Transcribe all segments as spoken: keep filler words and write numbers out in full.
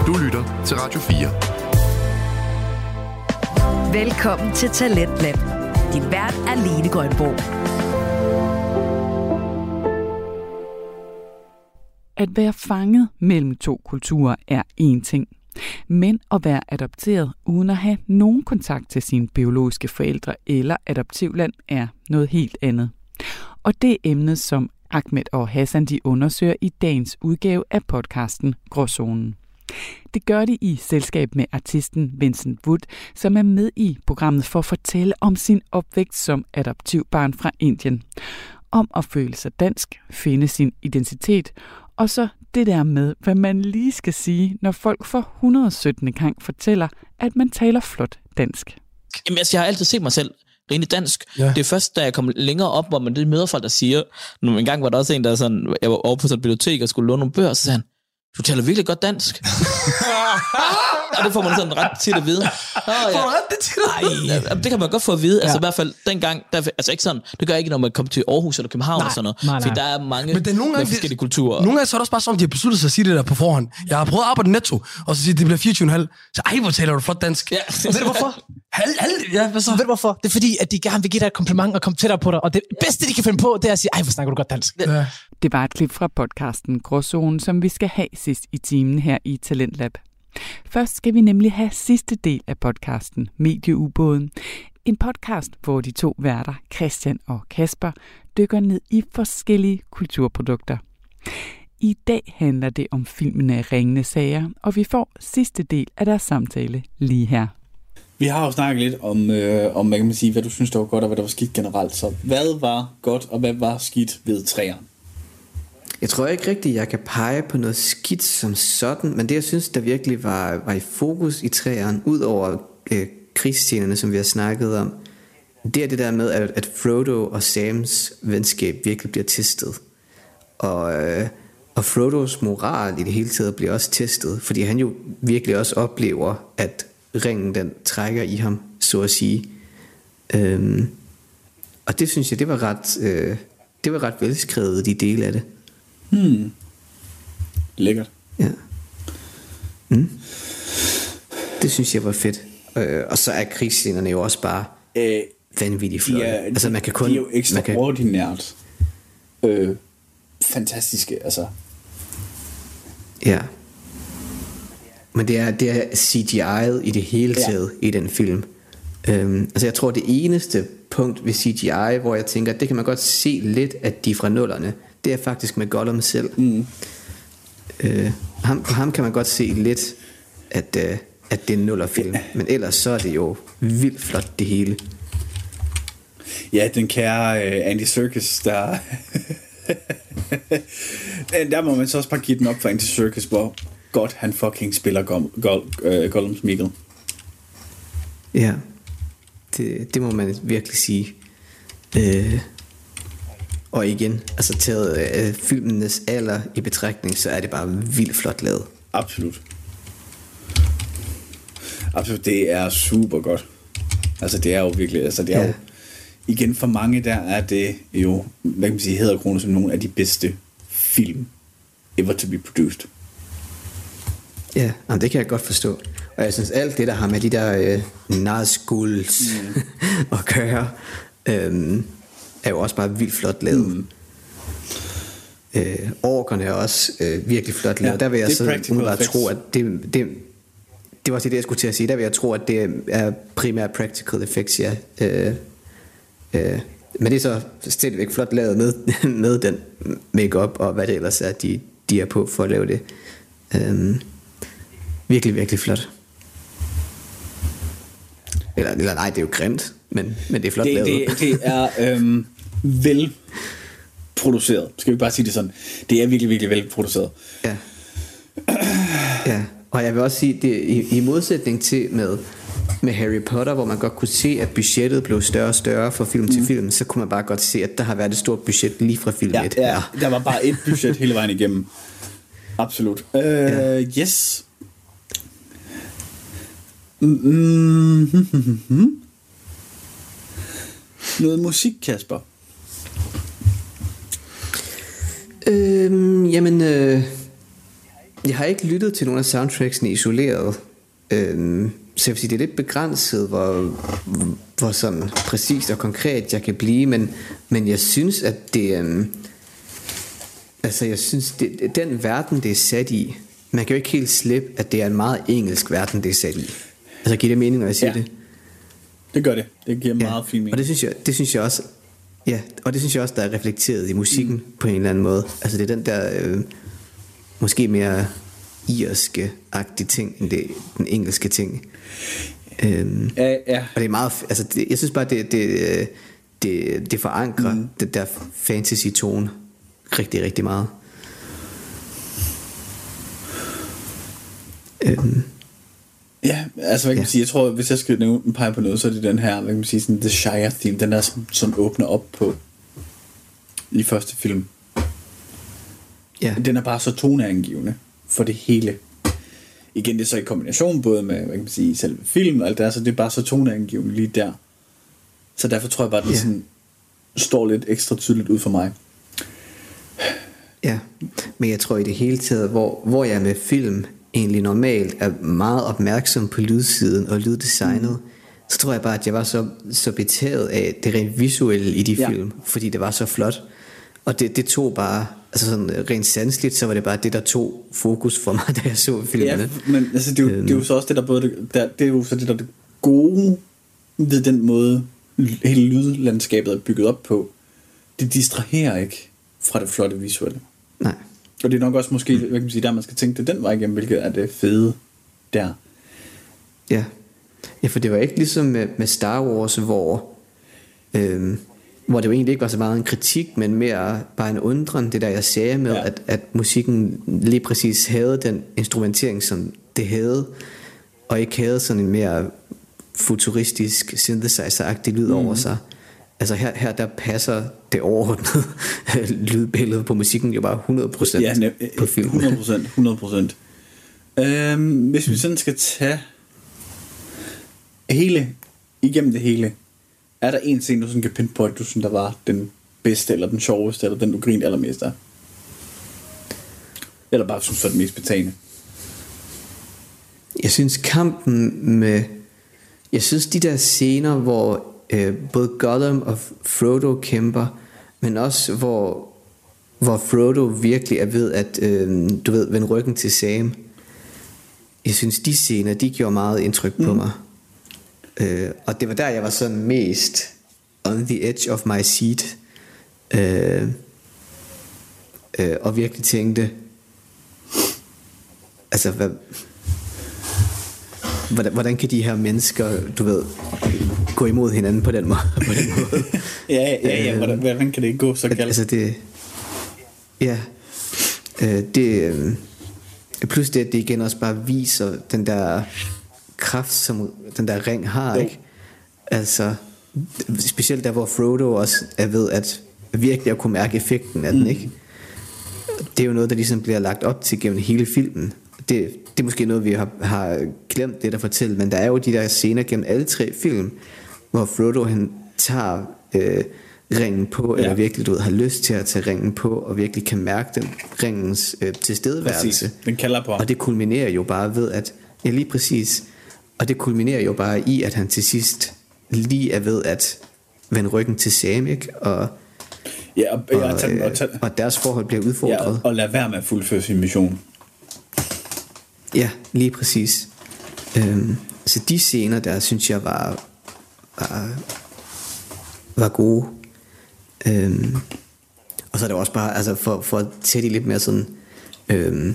Du lytter til Radio fire. Velkommen til Talentlab. Din vært er Line Grønborg. At være fanget mellem to kulturer er én ting, men at være adopteret uden at have nogen kontakt til sine biologiske forældre eller adoptivland er noget helt andet. Og det er emnet, som Ahmed og Hassan de undersøger i dagens udgave af podcasten Gråzonen. Det gør de i selskab med artisten Vincent Wood, som er med i programmet for at fortælle om sin opvækst som adoptivbarn fra Indien. Om at føle sig dansk, finde sin identitet, og så det der med, hvad man lige skal sige, når folk for et hundrede og syttende gang fortæller, at man taler flot dansk. Jamen, altså, jeg har altid set mig selv rimelig dansk. Ja. Det er først, da jeg kom længere op, hvor man det møder folk, der siger, nu en gang var der også en, der sådan, jeg var over på sådan et bibliotek og skulle låne nogle bøger, så sagde han, du taler virkelig godt dansk. Og det får man sådan ret tit at vide. Oh, ja. det tit at vide? Det kan man godt få at vide. Ja. Altså i Ja. hvert fald dengang, der, altså ikke sådan, det gør jeg ikke, når man kommer til Aarhus eller København Nej, og sådan noget. nej, nej. Fordi der er mange Men det er nogle gange, forskellige kulturer. Nogle gange så er det også bare sådan, at de har besluttet sig at sige det der på forhånd. Jeg har prøvet at arbejde netto, og så siger det bliver fireogtyve komma fem. Så ej, hvor taler du flot dansk. Ja. Og ved du hvorfor? Halv, halv, ja, hvad så? Ved du hvorfor? Det er fordi, at de gerne vil give dig et kompliment og komme tættere på dig. Og det bedste, de kan finde på, det er at sige, ej, hvor snakker du godt dansk. Ja. Det var et klip fra podcasten Gråzonen, som vi skal have sidst i timen her i Talentlab. Først skal vi nemlig have sidste del af podcasten, Medieubåden. En podcast, hvor de to værter, Christian og Kasper, dykker ned i forskellige kulturprodukter. I dag handler det om filmene Ringende Sager, og vi får sidste del af deres samtale lige her. Vi har jo snakket lidt om, øh, om hvad, kan man sige, hvad du synes, der var godt, og hvad der var skidt generelt. Så hvad var godt, og hvad var skidt ved træerne? Jeg tror ikke rigtigt, jeg kan pege på noget skidt som sådan, men det jeg synes, der virkelig var, var i fokus i træerne, ud over øh, krigsscenerne, som vi har snakket om, det er det der med, at, at Frodo og Sams venskab virkelig bliver testet. Og, øh, og Frodos moral i det hele taget bliver også testet, fordi han jo virkelig også oplever, at ringen den trækker i ham, så at sige. Øhm, og det synes jeg, det var ret, øh, det var ret velskrevet, de dele af det. Hmm. Lækkert. Ja. Mm. Det synes jeg var fedt. Øh, og så er krigsscenerne jo også bare øh, vanvittigt flotte. De er, altså man kan kun, de er jo ekstraordinært kan... øh, fantastiske, altså. Ja. Men det er, det er C G I'et i det hele taget ja. I den film. Øhm, altså jeg tror det eneste punkt ved C G I, hvor jeg tænker, at det kan man godt se lidt af de fra nullerne, det er faktisk med Gollum selv. Mm. Øh, ham, på ham kan man godt se lidt, at, øh, at det er en nullerfilm. Ja. Men ellers så er det jo vildt flot det hele. Ja, den kære uh, Andy Serkis, der... der må man så også bare give den op for Andy Serkis, hvor godt han fucking spiller Gollum, uh, Gollum Smeagol. Ja, det, det må man virkelig sige. Øh, og igen, altså taget øh, filmenes alder i betragtning, så er det bare vildt flot lavet. Absolut. Absolut, det er super godt. Altså det er jo virkelig, altså det er ja. jo, igen for mange der er det jo, hvad kan man sige, hæderkroner som nogle af de bedste film ever to be produced. Ja, jamen, det kan jeg godt forstå. Og jeg synes alt det der har med de der øh, narskulds mm. at gøre, øh, er jo også bare vildt flot lavet. Mm. Øh, orkerne er også øh, virkelig flot lavet. Ja, der vil jeg så umiddelbart tro, at det, det, det var også det, jeg skulle til at sige. Der vil jeg tro, at det er primært practical effects, ja. Øh, øh, men det er så stadigvæk flot lavet med, med den make-up og hvad det ellers er, de, de er på for at lave det. Øh, virkelig, virkelig flot. Eller, eller nej, det er jo grimt, men, men det er flot det, lavet. Det, det er øhm, vel produceret. Skal vi bare sige det sådan? Det er virkelig, virkelig vel produceret. Ja. Ja. Og jeg vil også sige, det i, i modsætning til med, med Harry Potter, hvor man godt kunne se, at budgettet blev større og større fra film mm. til film, så kunne man bare godt se, at der har været et stort budget lige fra film ja, et. Ja, ja, der var bare et budget hele vejen igennem. Absolut. Uh, ja. Yes. Mm-hmm. Noget musik, Kasper? Øhm, jamen, øh, jeg har ikke lyttet til nogle af soundtracksene isoleret. Øhm, så jeg vil sige, det er lidt begrænset, hvor, hvor sådan præcist og konkret jeg kan blive, men, men jeg synes, at det... Øhm, altså, jeg synes, det, den verden, det er sat i, man kan jo ikke helt slippe, at det er en meget engelsk verden, det er sat i. Altså, giver det mening, når jeg siger ja. det? Det gør det. Det giver ja. meget fin mening. Og det synes jeg, det synes jeg også... Ja, og det synes jeg også, der er reflekteret i musikken mm. på en eller anden måde. Altså, det er den der... Øh, måske mere irske-agtige ting, end det, den engelske ting. Øhm, ja, ja. Og det er meget... Altså, det, jeg synes bare, det, det, det, det forankrer mm. det der fantasy-tone rigtig, rigtig meget. Øhm, ja, altså hvad kan man ja. sige, jeg tror, hvis jeg skal nævne en pege på noget, så er det den her, hvad kan man sige, sådan The Shire theme, den der, som, som åbner op på i første film. Ja. Den er bare så toneangivende for det hele. Igen, det er så i kombination både med, hvad kan man sige, selve film og alt det der, så det er bare så toneangivende lige der. Så derfor tror jeg bare, at det ja. sådan står lidt ekstra tydeligt ud for mig. Ja, men jeg tror i det hele taget, hvor, hvor jeg med film egentlig normalt er meget opmærksom på lydsiden og lyddesignet, mm. så tror jeg bare, at jeg var så, så betaget af det rent visuelle i de ja. film, fordi det var så flot. Og det, det tog bare, altså sådan rent sanseligt, så var det bare det, der tog fokus for mig, da jeg så filmene. Ja, men altså, det, er jo, øhm. det er jo så også det, der både, der, det er jo så det, der er det gode ved den måde, hele lydlandskabet er bygget op på. Det distraherer ikke fra det flotte visuelle. Nej. Og det er nok også måske, hvad kan man sige, der man skal tænke det den vej igennem, hvilket er det fede der. Ja. Ja, for det var ikke ligesom med, med Star Wars, hvor, øhm, hvor det jo egentlig ikke var så meget en kritik, men mere bare en undren, det der jeg sagde med, ja. at, at musikken lige præcis havde den instrumentering, som det havde, og ikke havde sådan en mere futuristisk synthesizer-agtig lyd mm. over sig. Altså her, her der passer det overordnede lydbillede på musikken jo bare hundrede procent ja, ne- på filmen. hundrede procent, hundrede procent. Øhm, hvis vi sådan skal tage hele, igennem det hele, er der en scene, du sådan kan pinpoint, du synes, der var den bedste, eller den sjoveste, eller den, du grinede allermest af? Eller bare synes, var den mest betagende? Jeg synes kampen med... Jeg synes de der scener, hvor øh, både Gollum og Frodo kæmper, men også hvor, hvor Frodo virkelig er ved at, øh, du ved, vende ryggen til Sam. Jeg synes de scener, de gjorde meget indtryk på mm. mig. Øh, og det var der, jeg var sådan mest on the edge of my seat. Øh, øh, og virkelig tænkte, altså hvad... Hvordan, hvordan kan de her mennesker, du ved, gå imod hinanden på den måde? På den måde? ja, ja, ja. Hvordan, hvordan kan det ikke gå så galt? Altså det, ja, øh, det, øh, plus det, at det igen også bare viser den der kraft, som den der ring har, jo. Ikke? Altså, specielt der, hvor Frodo også er ved at virkelig at kunne mærke effekten af den, mm. ikke? Det er jo noget, der ligesom bliver lagt op til gennem hele filmen. Det, det er måske noget, vi har, har glemt det at fortælle, men der er jo de der scener gennem alle tre film, hvor Frodo han tager øh, ringen på, ja. Eller virkelig du ved, har lyst til at tage ringen på, og virkelig kan mærke den ringens øh, tilstedeværelse. Præcis. Den kalder på ham. Og det kulminerer jo bare ved at, ja lige præcis, og det kulminerer jo bare i, at han til sidst lige er ved at vende ryggen til Sam, ikke? Og, ja, og, og, og, tage, og, tage, og deres forhold bliver udfordret. Ja, og, og lade være med at fuldføre sin mission. Ja, lige præcis. Øhm, så de scener der, synes jeg var var, var gode. Øhm, og så er det også bare, altså for, for at tage de lidt mere sådan øhm,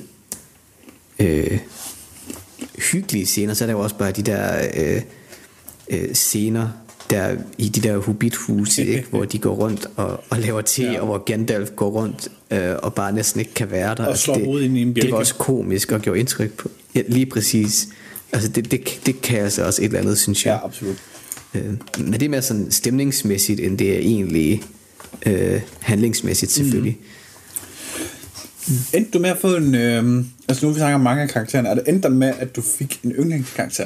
øh, hyggelige scener, så er der jo også bare de der øh, øh, scener der i de der hobbithuse, ikke, hvor de går rundt og, og laver te, ja. Og hvor Gandalf går rundt øh, og bare næsten ikke kan være der. Og slår altså, hovedet ind i en bjælke. Det var også komisk og gjorde indtryk på. Ja, lige præcis. Altså det, det, det kan altså også et eller andet, synes jeg. Ja, absolut. Øh, men det er mere sådan stemningsmæssigt, end det er egentlig øh, handlingsmæssigt selvfølgelig. Mm. Mm. Endte du med at få en... Øh, altså nu vi snakker om mange af karaktererne. Er det endte med, at du fik en yndlingskarakter?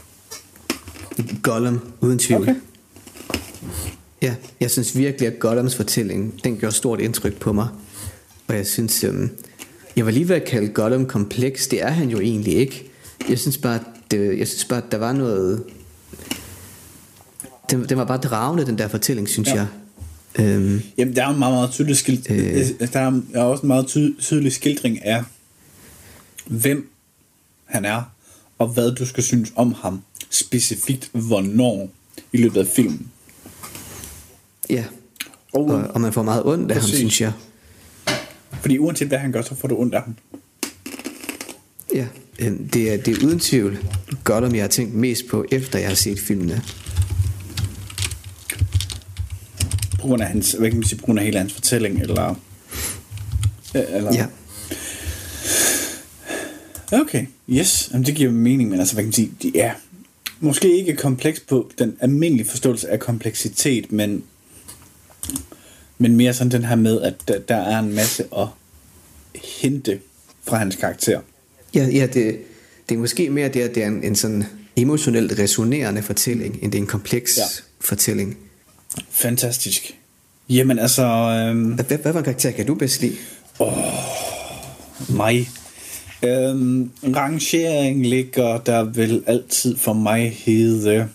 Gollum, uden tvivl. Okay. Ja, jeg synes virkelig, at Gollums fortælling, den gjorde stort indtryk på mig. Og jeg synes, øhm, Jeg var lige ved at kalde Gollum kompleks. Det er han jo egentlig ikke. Jeg synes bare, det, jeg synes bare at der var noget... Den, den var bare dragende, den der fortælling, synes ja. jeg. Øhm, Jamen, der er en meget, meget tydelig skilt, øh, der er, er også en meget ty, tydelig skildring af, hvem han er, og hvad du skal synes om ham, specifikt hvornår i løbet af filmen. Ja, og, og, og man får meget ondt af ham, synes jeg. Fordi uanset hvad han gør, så får du ondt af ham. Ja, det er, det er uden tvivl godt, om jeg har tænkt mest på, efter jeg har set filmene. På grund af hans, hvad kan man sige, på grund af hele hans fortælling, eller... eller ja. Okay, yes, jamen, det giver mening, men altså, hvad kan man sige, de er måske ikke kompleks på den almindelige forståelse af kompleksitet, men, men mere sådan den her med, at der, der er en masse at hente fra hans karakter. Ja, ja det, det er måske mere det, at det er en, en sådan emotionelt resonerende fortælling, end det er en kompleks ja. fortælling. Fantastisk. Jamen altså... Øhm... Hvad, hvad var en karakter, kan du bedst lide? Åh, mig... Øhm, rangering ligger der vel altid for mig hedde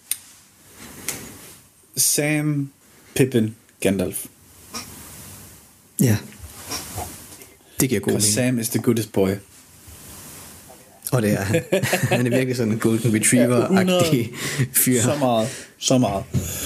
Sam, Pippin, Gandalf. Ja, det giver god mening. Sam is the goodest boy. Og det er han. Han er virkelig sådan en golden retriever-agtig fyr. Så meget, så meget.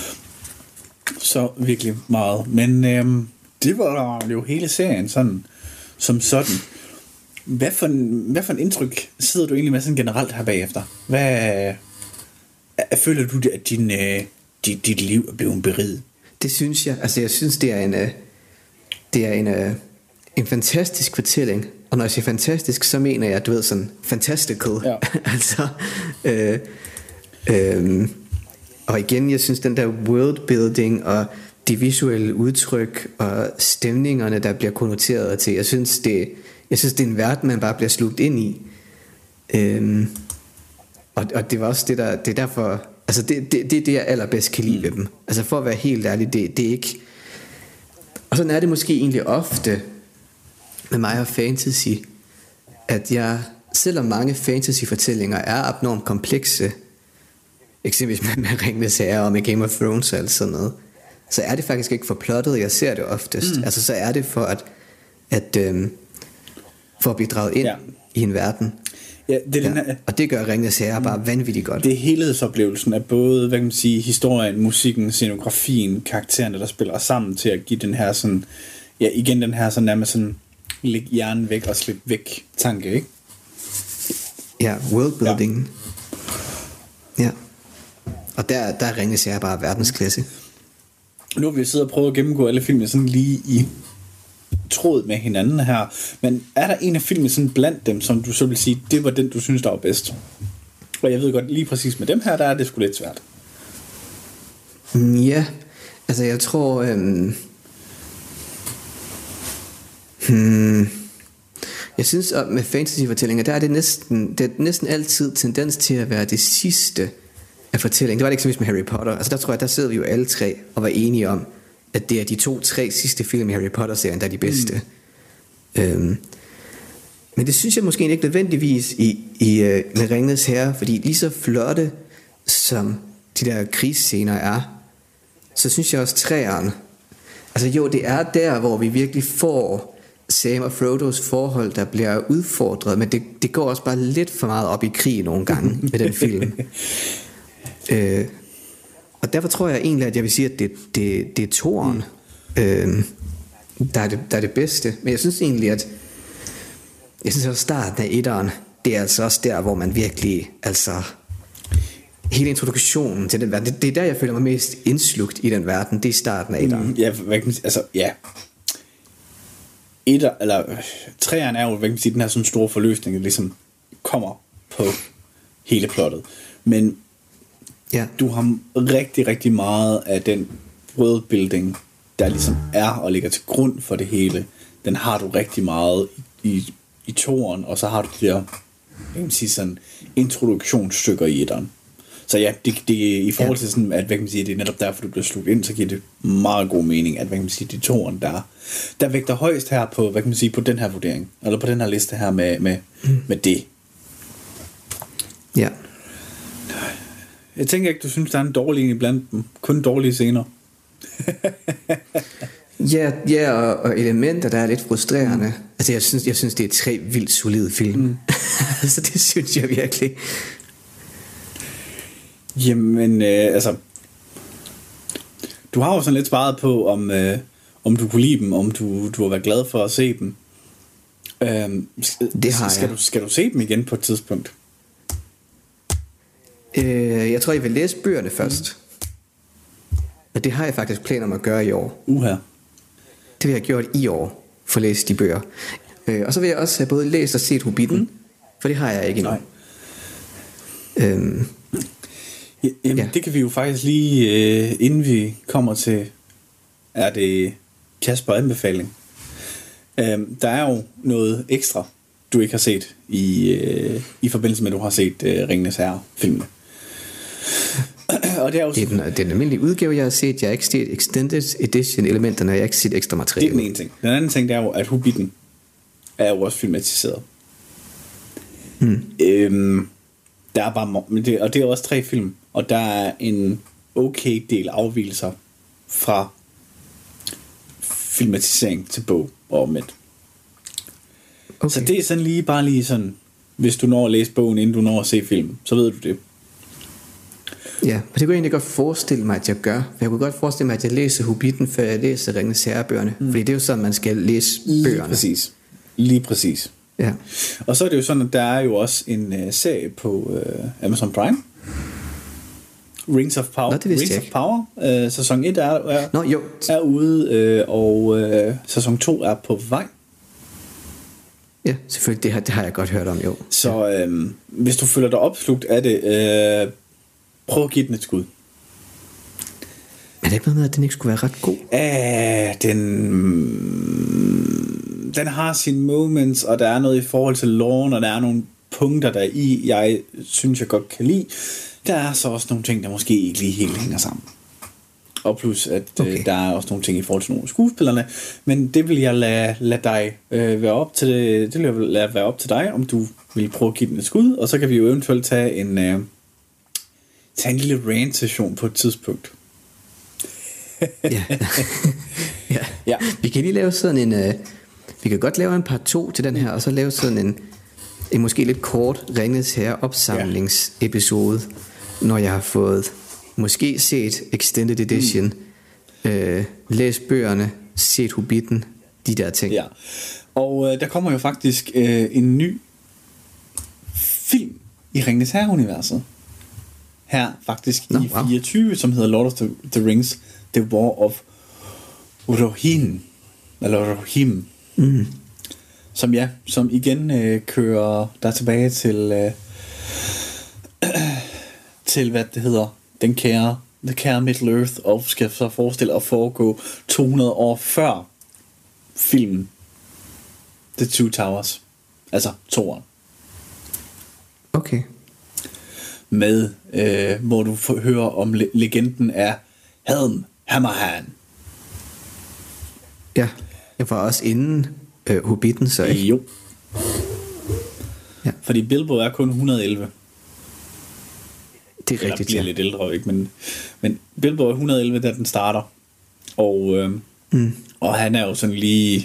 Så virkelig meget. Men øhm, det var jo hele serien sådan, som sådan. Hvad for, en, hvad for en indtryk sidder du egentlig med sådan generelt her bagefter? Hvad føler du, at din, øh, dit, dit liv er blevet beriget? Det synes jeg. Altså jeg synes, det er en, øh, det er en, øh, en fantastisk fortælling. Og når jeg siger fantastisk, så mener jeg, du ved, sådan fantastical. Ja. altså, øh, øh, og igen, jeg synes, den der worldbuilding og de visuelle udtryk og stemningerne, der bliver konnoteret til, jeg synes, det Jeg synes, det er en verden, man bare bliver slugt ind i. Øhm, og, og det var også det, der... Det er derfor... Altså, det, det, det er det, jeg allerbedst kan lide ved dem. Altså, for at være helt ærlig, det, det er ikke... Og sådan er det måske egentlig ofte med mig og fantasy, at jeg... Selvom mange fantasy-fortællinger er abnormt komplekse, eksempelvis med, med Ringenes Herre og med Game of Thrones og alt sådan noget, så er det faktisk ikke for plottet, jeg ser det oftest. Mm. Altså, så er det for at... at øhm, for at blive draget ind ja. i en verden. Ja, det er den her, ja. Og det gør Ringenes Herre bare vanvittigt godt. Det er helhedsoplevelsen af både, hvad kan man sige, historien, musikken, scenografien, karaktererne, der spiller sammen til at give den her sådan, ja, igen den her sådan nærmest sådan, læg hjernen væk og slip væk tanke, ikke? Ja, worldbuilding. Ja. ja. Og der, der er Ringenes Herre bare verdensklasse. Nu har vi siddet og prøvet at gennemgå alle filmene sådan lige i tråd med hinanden her, men er der en af filmene sådan blandt dem, som du så vil sige, det var den, du synes, der var bedst? Og jeg ved godt, lige præcis med dem her, der er det sgu lidt svært. Ja, altså jeg tror øhm, hmm, jeg synes at med fantasy-fortællinger, der er det næsten, det er næsten altid tendens til at være det sidste af fortællingen. Det var det ikke så med Harry Potter. Altså der tror jeg, der sidder vi jo alle tre og var enige om, at det er de to-tre sidste film i Harry Potter-serien, der er de bedste. Mm. Øhm, men det synes jeg måske ikke nødvendigvis i, i uh, med Ringenes Herre, fordi lige så flotte som de der krigsscener er, så synes jeg også træerne. Altså jo, det er der, hvor vi virkelig får Sam og Frodos forhold, der bliver udfordret, men det, det går også bare lidt for meget op i krig nogle gange med den film. øh, Og derfor tror jeg egentlig, at jeg vil sige, at det, det, det er toeren, mm. øh, der, er det, der er det bedste. Men jeg synes egentlig, at jeg synes, at starten af etteren, det er altså også der, hvor man virkelig, altså hele introduktionen til den verden, det, det er der, jeg føler mig mest indslugt i den verden. Det er starten af etteren. Mm, ja, hvad kan man sige, altså, ja. Etter, eller træerne er jo, hvad kan man sige, den her sådan store forløsning, der ligesom kommer på hele plottet. Men ja. Du har rigtig, rigtig meget af den worldbuilding, der ligesom er og ligger til grund for det hele. Den har du rigtig meget i, i, i toeren, og så har du de der, jeg kan sige sådan, introduktionsstykker i etteren. Så ja, det, det, i forhold til sådan, at hvad kan man sige, det er netop derfor, du bliver slugt ind, så giver det meget god mening, at hvad kan man sige, de toerne, der, der vægter højst her på, hvad kan man sige, på den her vurdering, eller på den her liste her med, med, mm. med det. Ja. Jeg tænker ikke, du synes, der er en dårlig en blandt dem. Kun dårlige scener. ja, ja og, og elementer, der er lidt frustrerende. Mm. Altså, jeg synes, jeg synes, det er tre vildt solide film. Mm. altså, det synes jeg virkelig. Jamen, øh, altså... Du har jo sådan lidt sparet på, om, øh, om du kunne lide dem, om du, du har været glad for at se dem. Øhm, det har skal jeg. Du, skal du se dem igen på et tidspunkt? Øh, jeg tror, jeg vil læse bøgerne først. Mm. Og det har jeg faktisk planer om at gøre i år. Uha. Det vil jeg have gjort i år, for at læse de bøger. Øh, og så vil jeg også have både læst og set Hobbiten, mm. for det har jeg ikke endnu. Nej. Øhm, ja, jamen, ja. Det kan vi jo faktisk lige, øh, inden vi kommer til, er det Kasper anbefaling. Øhm, der er jo noget ekstra, du ikke har set i, øh, i forbindelse med, at du har set øh, Ringenes Herre-filmene. Og det er jo det er den, det er den almindelige udgave, jeg har set. Jeg har ikke set Extended Edition elementerne, jeg har ikke set ekstra materiale. Det er den ene ting. Den anden ting, det er jo, at Hobbiten er jo også filmatiseret. Hmm. Øhm, der er bare, og det er også tre film, og der er en okay del afvigelser fra filmatisering til bog og omvendt. Okay. Så det er sådan lige bare lige sådan, hvis du når at læse bogen, inden du når at se filmen, så ved du det. Ja, og det kunne jeg egentlig godt forestille mig, at jeg gør. Jeg kunne godt forestille mig, at jeg læser Hobbiten, før jeg læser Ringenes Herre-bøgerne. Mm. Fordi det er jo sådan, man skal læse bøgerne. Lige præcis. Lige præcis. Ja. Og så er det jo sådan, at der er jo også en uh, serie på uh, Amazon Prime. Rings of Power. Nå, det Rings of Power. Uh, sæson et er, er, Nå, jo. er ude, uh, og uh, sæson to er på vej. Ja, selvfølgelig. Det har, det har jeg godt hørt om, jo. Så uh, hvis du føler dig opslugt af det, uh, prøv at give den et skud. Er det ikke noget med, at den ikke skulle være ret god? Uh, den, den har sine moments, og der er noget i forhold til loven, og der er nogle punkter, der i, jeg synes, jeg godt kan lide. Der er så også nogle ting, der måske ikke lige helt hænger sammen. Og plus, at okay. øh, der er også nogle ting i forhold til nogle af skuespillerne. Men det vil jeg lade, lade dig øh, være op til det, det vil jeg lade være op til dig, om du vil prøve at give den et skud. Og så kan vi jo eventuelt tage en, øh, tage en lille rant-session på et tidspunkt. ja. ja. ja. Vi kan lige lave sådan en... Øh, vi kan godt lave en part to til den her, og så lave sådan en, en måske lidt kort Ringenes Herre opsamlingsepisode, ja. Når jeg har fået måske set Extended Edition, mm. øh, læst bøgerne, set Hobbiten, de der ting. Ja. Og øh, der kommer jo faktisk øh, en ny film i Ringenes Herre-universet. Her faktisk no, i fireogtyve, wow. som hedder Lord of the, the Rings, The War of Rohirrim. Eller Rohirrim. Mm. Som ja, som igen øh, kører der tilbage til øh, til hvad det hedder, den kære, the kære Middle Earth, og skal så forestille at foregå to hundrede år før filmen The Two Towers, altså toeren. Okay. Med øh, hvor du får høre om le- legenden af Helm Hammerhand. Ja, jeg var også inden øh, Hobbiten, så ikke? Jo. Ja. Fordi Bilbo er kun et hundrede og elleve. Det er Eller rigtigt, bliver ja. lidt ældre, ikke? Men, men Bilbo er et hundrede og elleve, da den starter. Og, øh, mm. og han er jo sådan lige...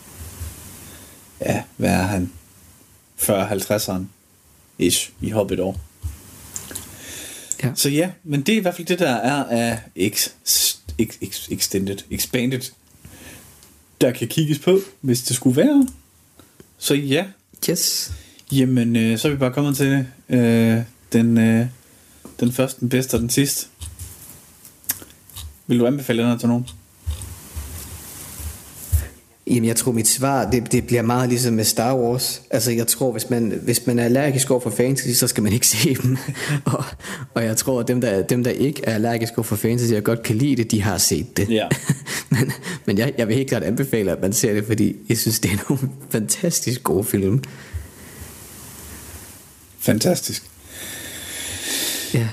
Ja, hvad er han? fyrre halvtredseren ish i Hobbit-år. Ja. Så ja, men det er i hvert fald det, der er af ex, ex, ex, Extended, Expanded, der kan kigges på, hvis det skulle være. Så ja. Yes. Jamen, øh, så er vi bare kommet til øh, den, øh, den første, den bedste og den sidste. Vil du anbefale den her til nogen? Jamen, jeg tror, mit svar, det, det bliver meget ligesom med Star Wars. Altså, jeg tror, hvis man, hvis man er allergisk over for fantasy, så skal man ikke se dem. og, og jeg tror, at dem der, dem, der ikke er allergisk over for fantasy, og godt kan lide det, de har set det. Ja. men men jeg, jeg vil helt klart anbefale, at man ser det, fordi jeg synes, det er nogle fantastisk gode film. Fantastisk. Ja.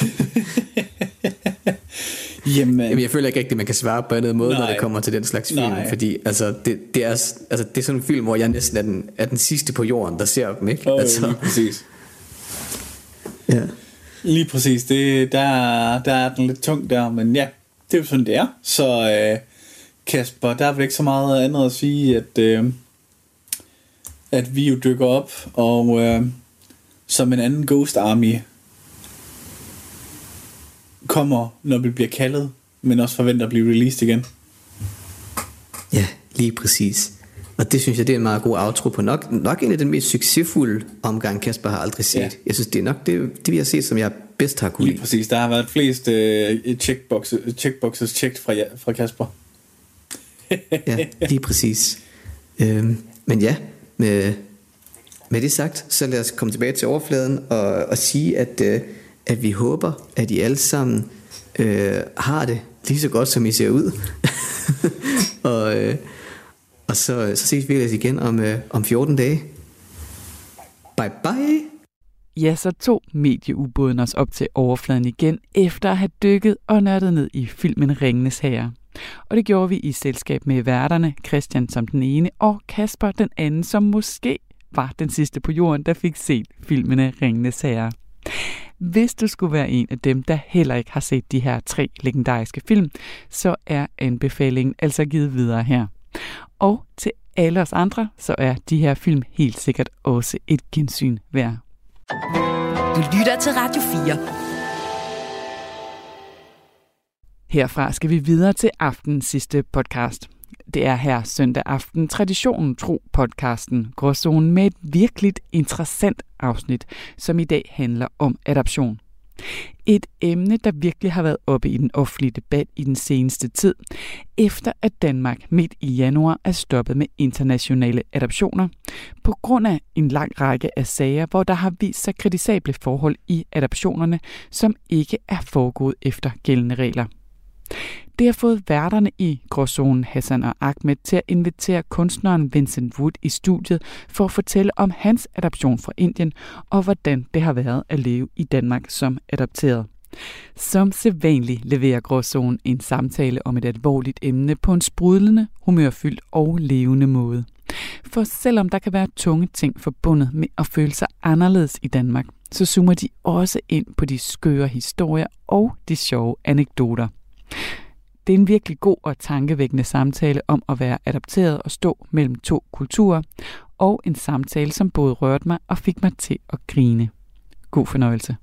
Jamen, Jamen, jeg føler ikke rigtigt, at man kan svare på en anden måde, nej. når det kommer til den slags film. Nej. Fordi altså, det, det, er, altså, det er sådan en film, hvor jeg næsten er den, er den sidste på jorden, der ser dem, ikke? Oh, altså, lige præcis. ja. Lige præcis. Det, der, der er den lidt tung der, men ja, det er jo sådan, det er. Så øh, Kasper, der er vel ikke så meget andet at sige, at, øh, at vi jo dykker op, og øh, som en anden Ghost Army kommer, når vi bliver kaldet, men også forventer at blive released igen. Ja, lige præcis. Og det synes jeg, det er en meget god outro på nok, nok en af den mest succesfulde omgang, Kasper har aldrig set. Ja. Jeg synes, det er nok det, det vi har set, som jeg bedst har kunne Lige lide. præcis. Der har været flest øh, checkboxes, checkboxes checked fra, fra Kasper. Ja, lige præcis. Øhm, men ja, med, med det sagt, så lad os komme tilbage til overfladen og, og sige, at, øh, at vi håber, at I alle sammen øh, har det lige så godt, som I ser ud. og øh, og så, så ses vi ellers igen om, øh, om fjorten dage. Bye bye! Ja, så tog medieubåden os op til overfladen igen, efter at have dykket og nørdet ned i filmen Ringenes Herre. Og det gjorde vi i selskab med værterne, Christian som den ene, og Kasper den anden, som måske var den sidste på jorden, der fik set filmene Ringenes Herre. Hvis du skulle være en af dem, der heller ikke har set de her tre legendariske film, så er anbefalingen altså givet videre her. Og til alle os andre, så er de her film helt sikkert også et gensyn værd. Du lytter til Radio fire. Herfra skal vi videre til aftenens sidste podcast. Det er her søndag aften Traditionen Tro podcasten Gråzonen med et virkelig interessant afsnit, som i dag handler om adoption. Et emne, der virkelig har været oppe i den offentlige debat i den seneste tid, efter at Danmark midt i januar er stoppet med internationale adoptioner, på grund af en lang række af sager, hvor der har vist sig kritisable forhold i adoptionerne, som ikke er foregået efter gældende regler. Det har fået værterne i Gråzonen Hassan og Ahmed til at invitere kunstneren Vincent Wood i studiet for at fortælle om hans adoption fra Indien og hvordan det har været at leve i Danmark som adopteret. Som sædvanligt leverer Gråzonen en samtale om et alvorligt emne på en sprudlende, humørfyldt og levende måde. For selvom der kan være tunge ting forbundet med at føle sig anderledes i Danmark, så zoomer de også ind på de skøre historier og de sjove anekdoter. Det er en virkelig god og tankevækkende samtale om at være adopteret og stå mellem to kulturer, og en samtale, som både rørte mig og fik mig til at grine. God fornøjelse.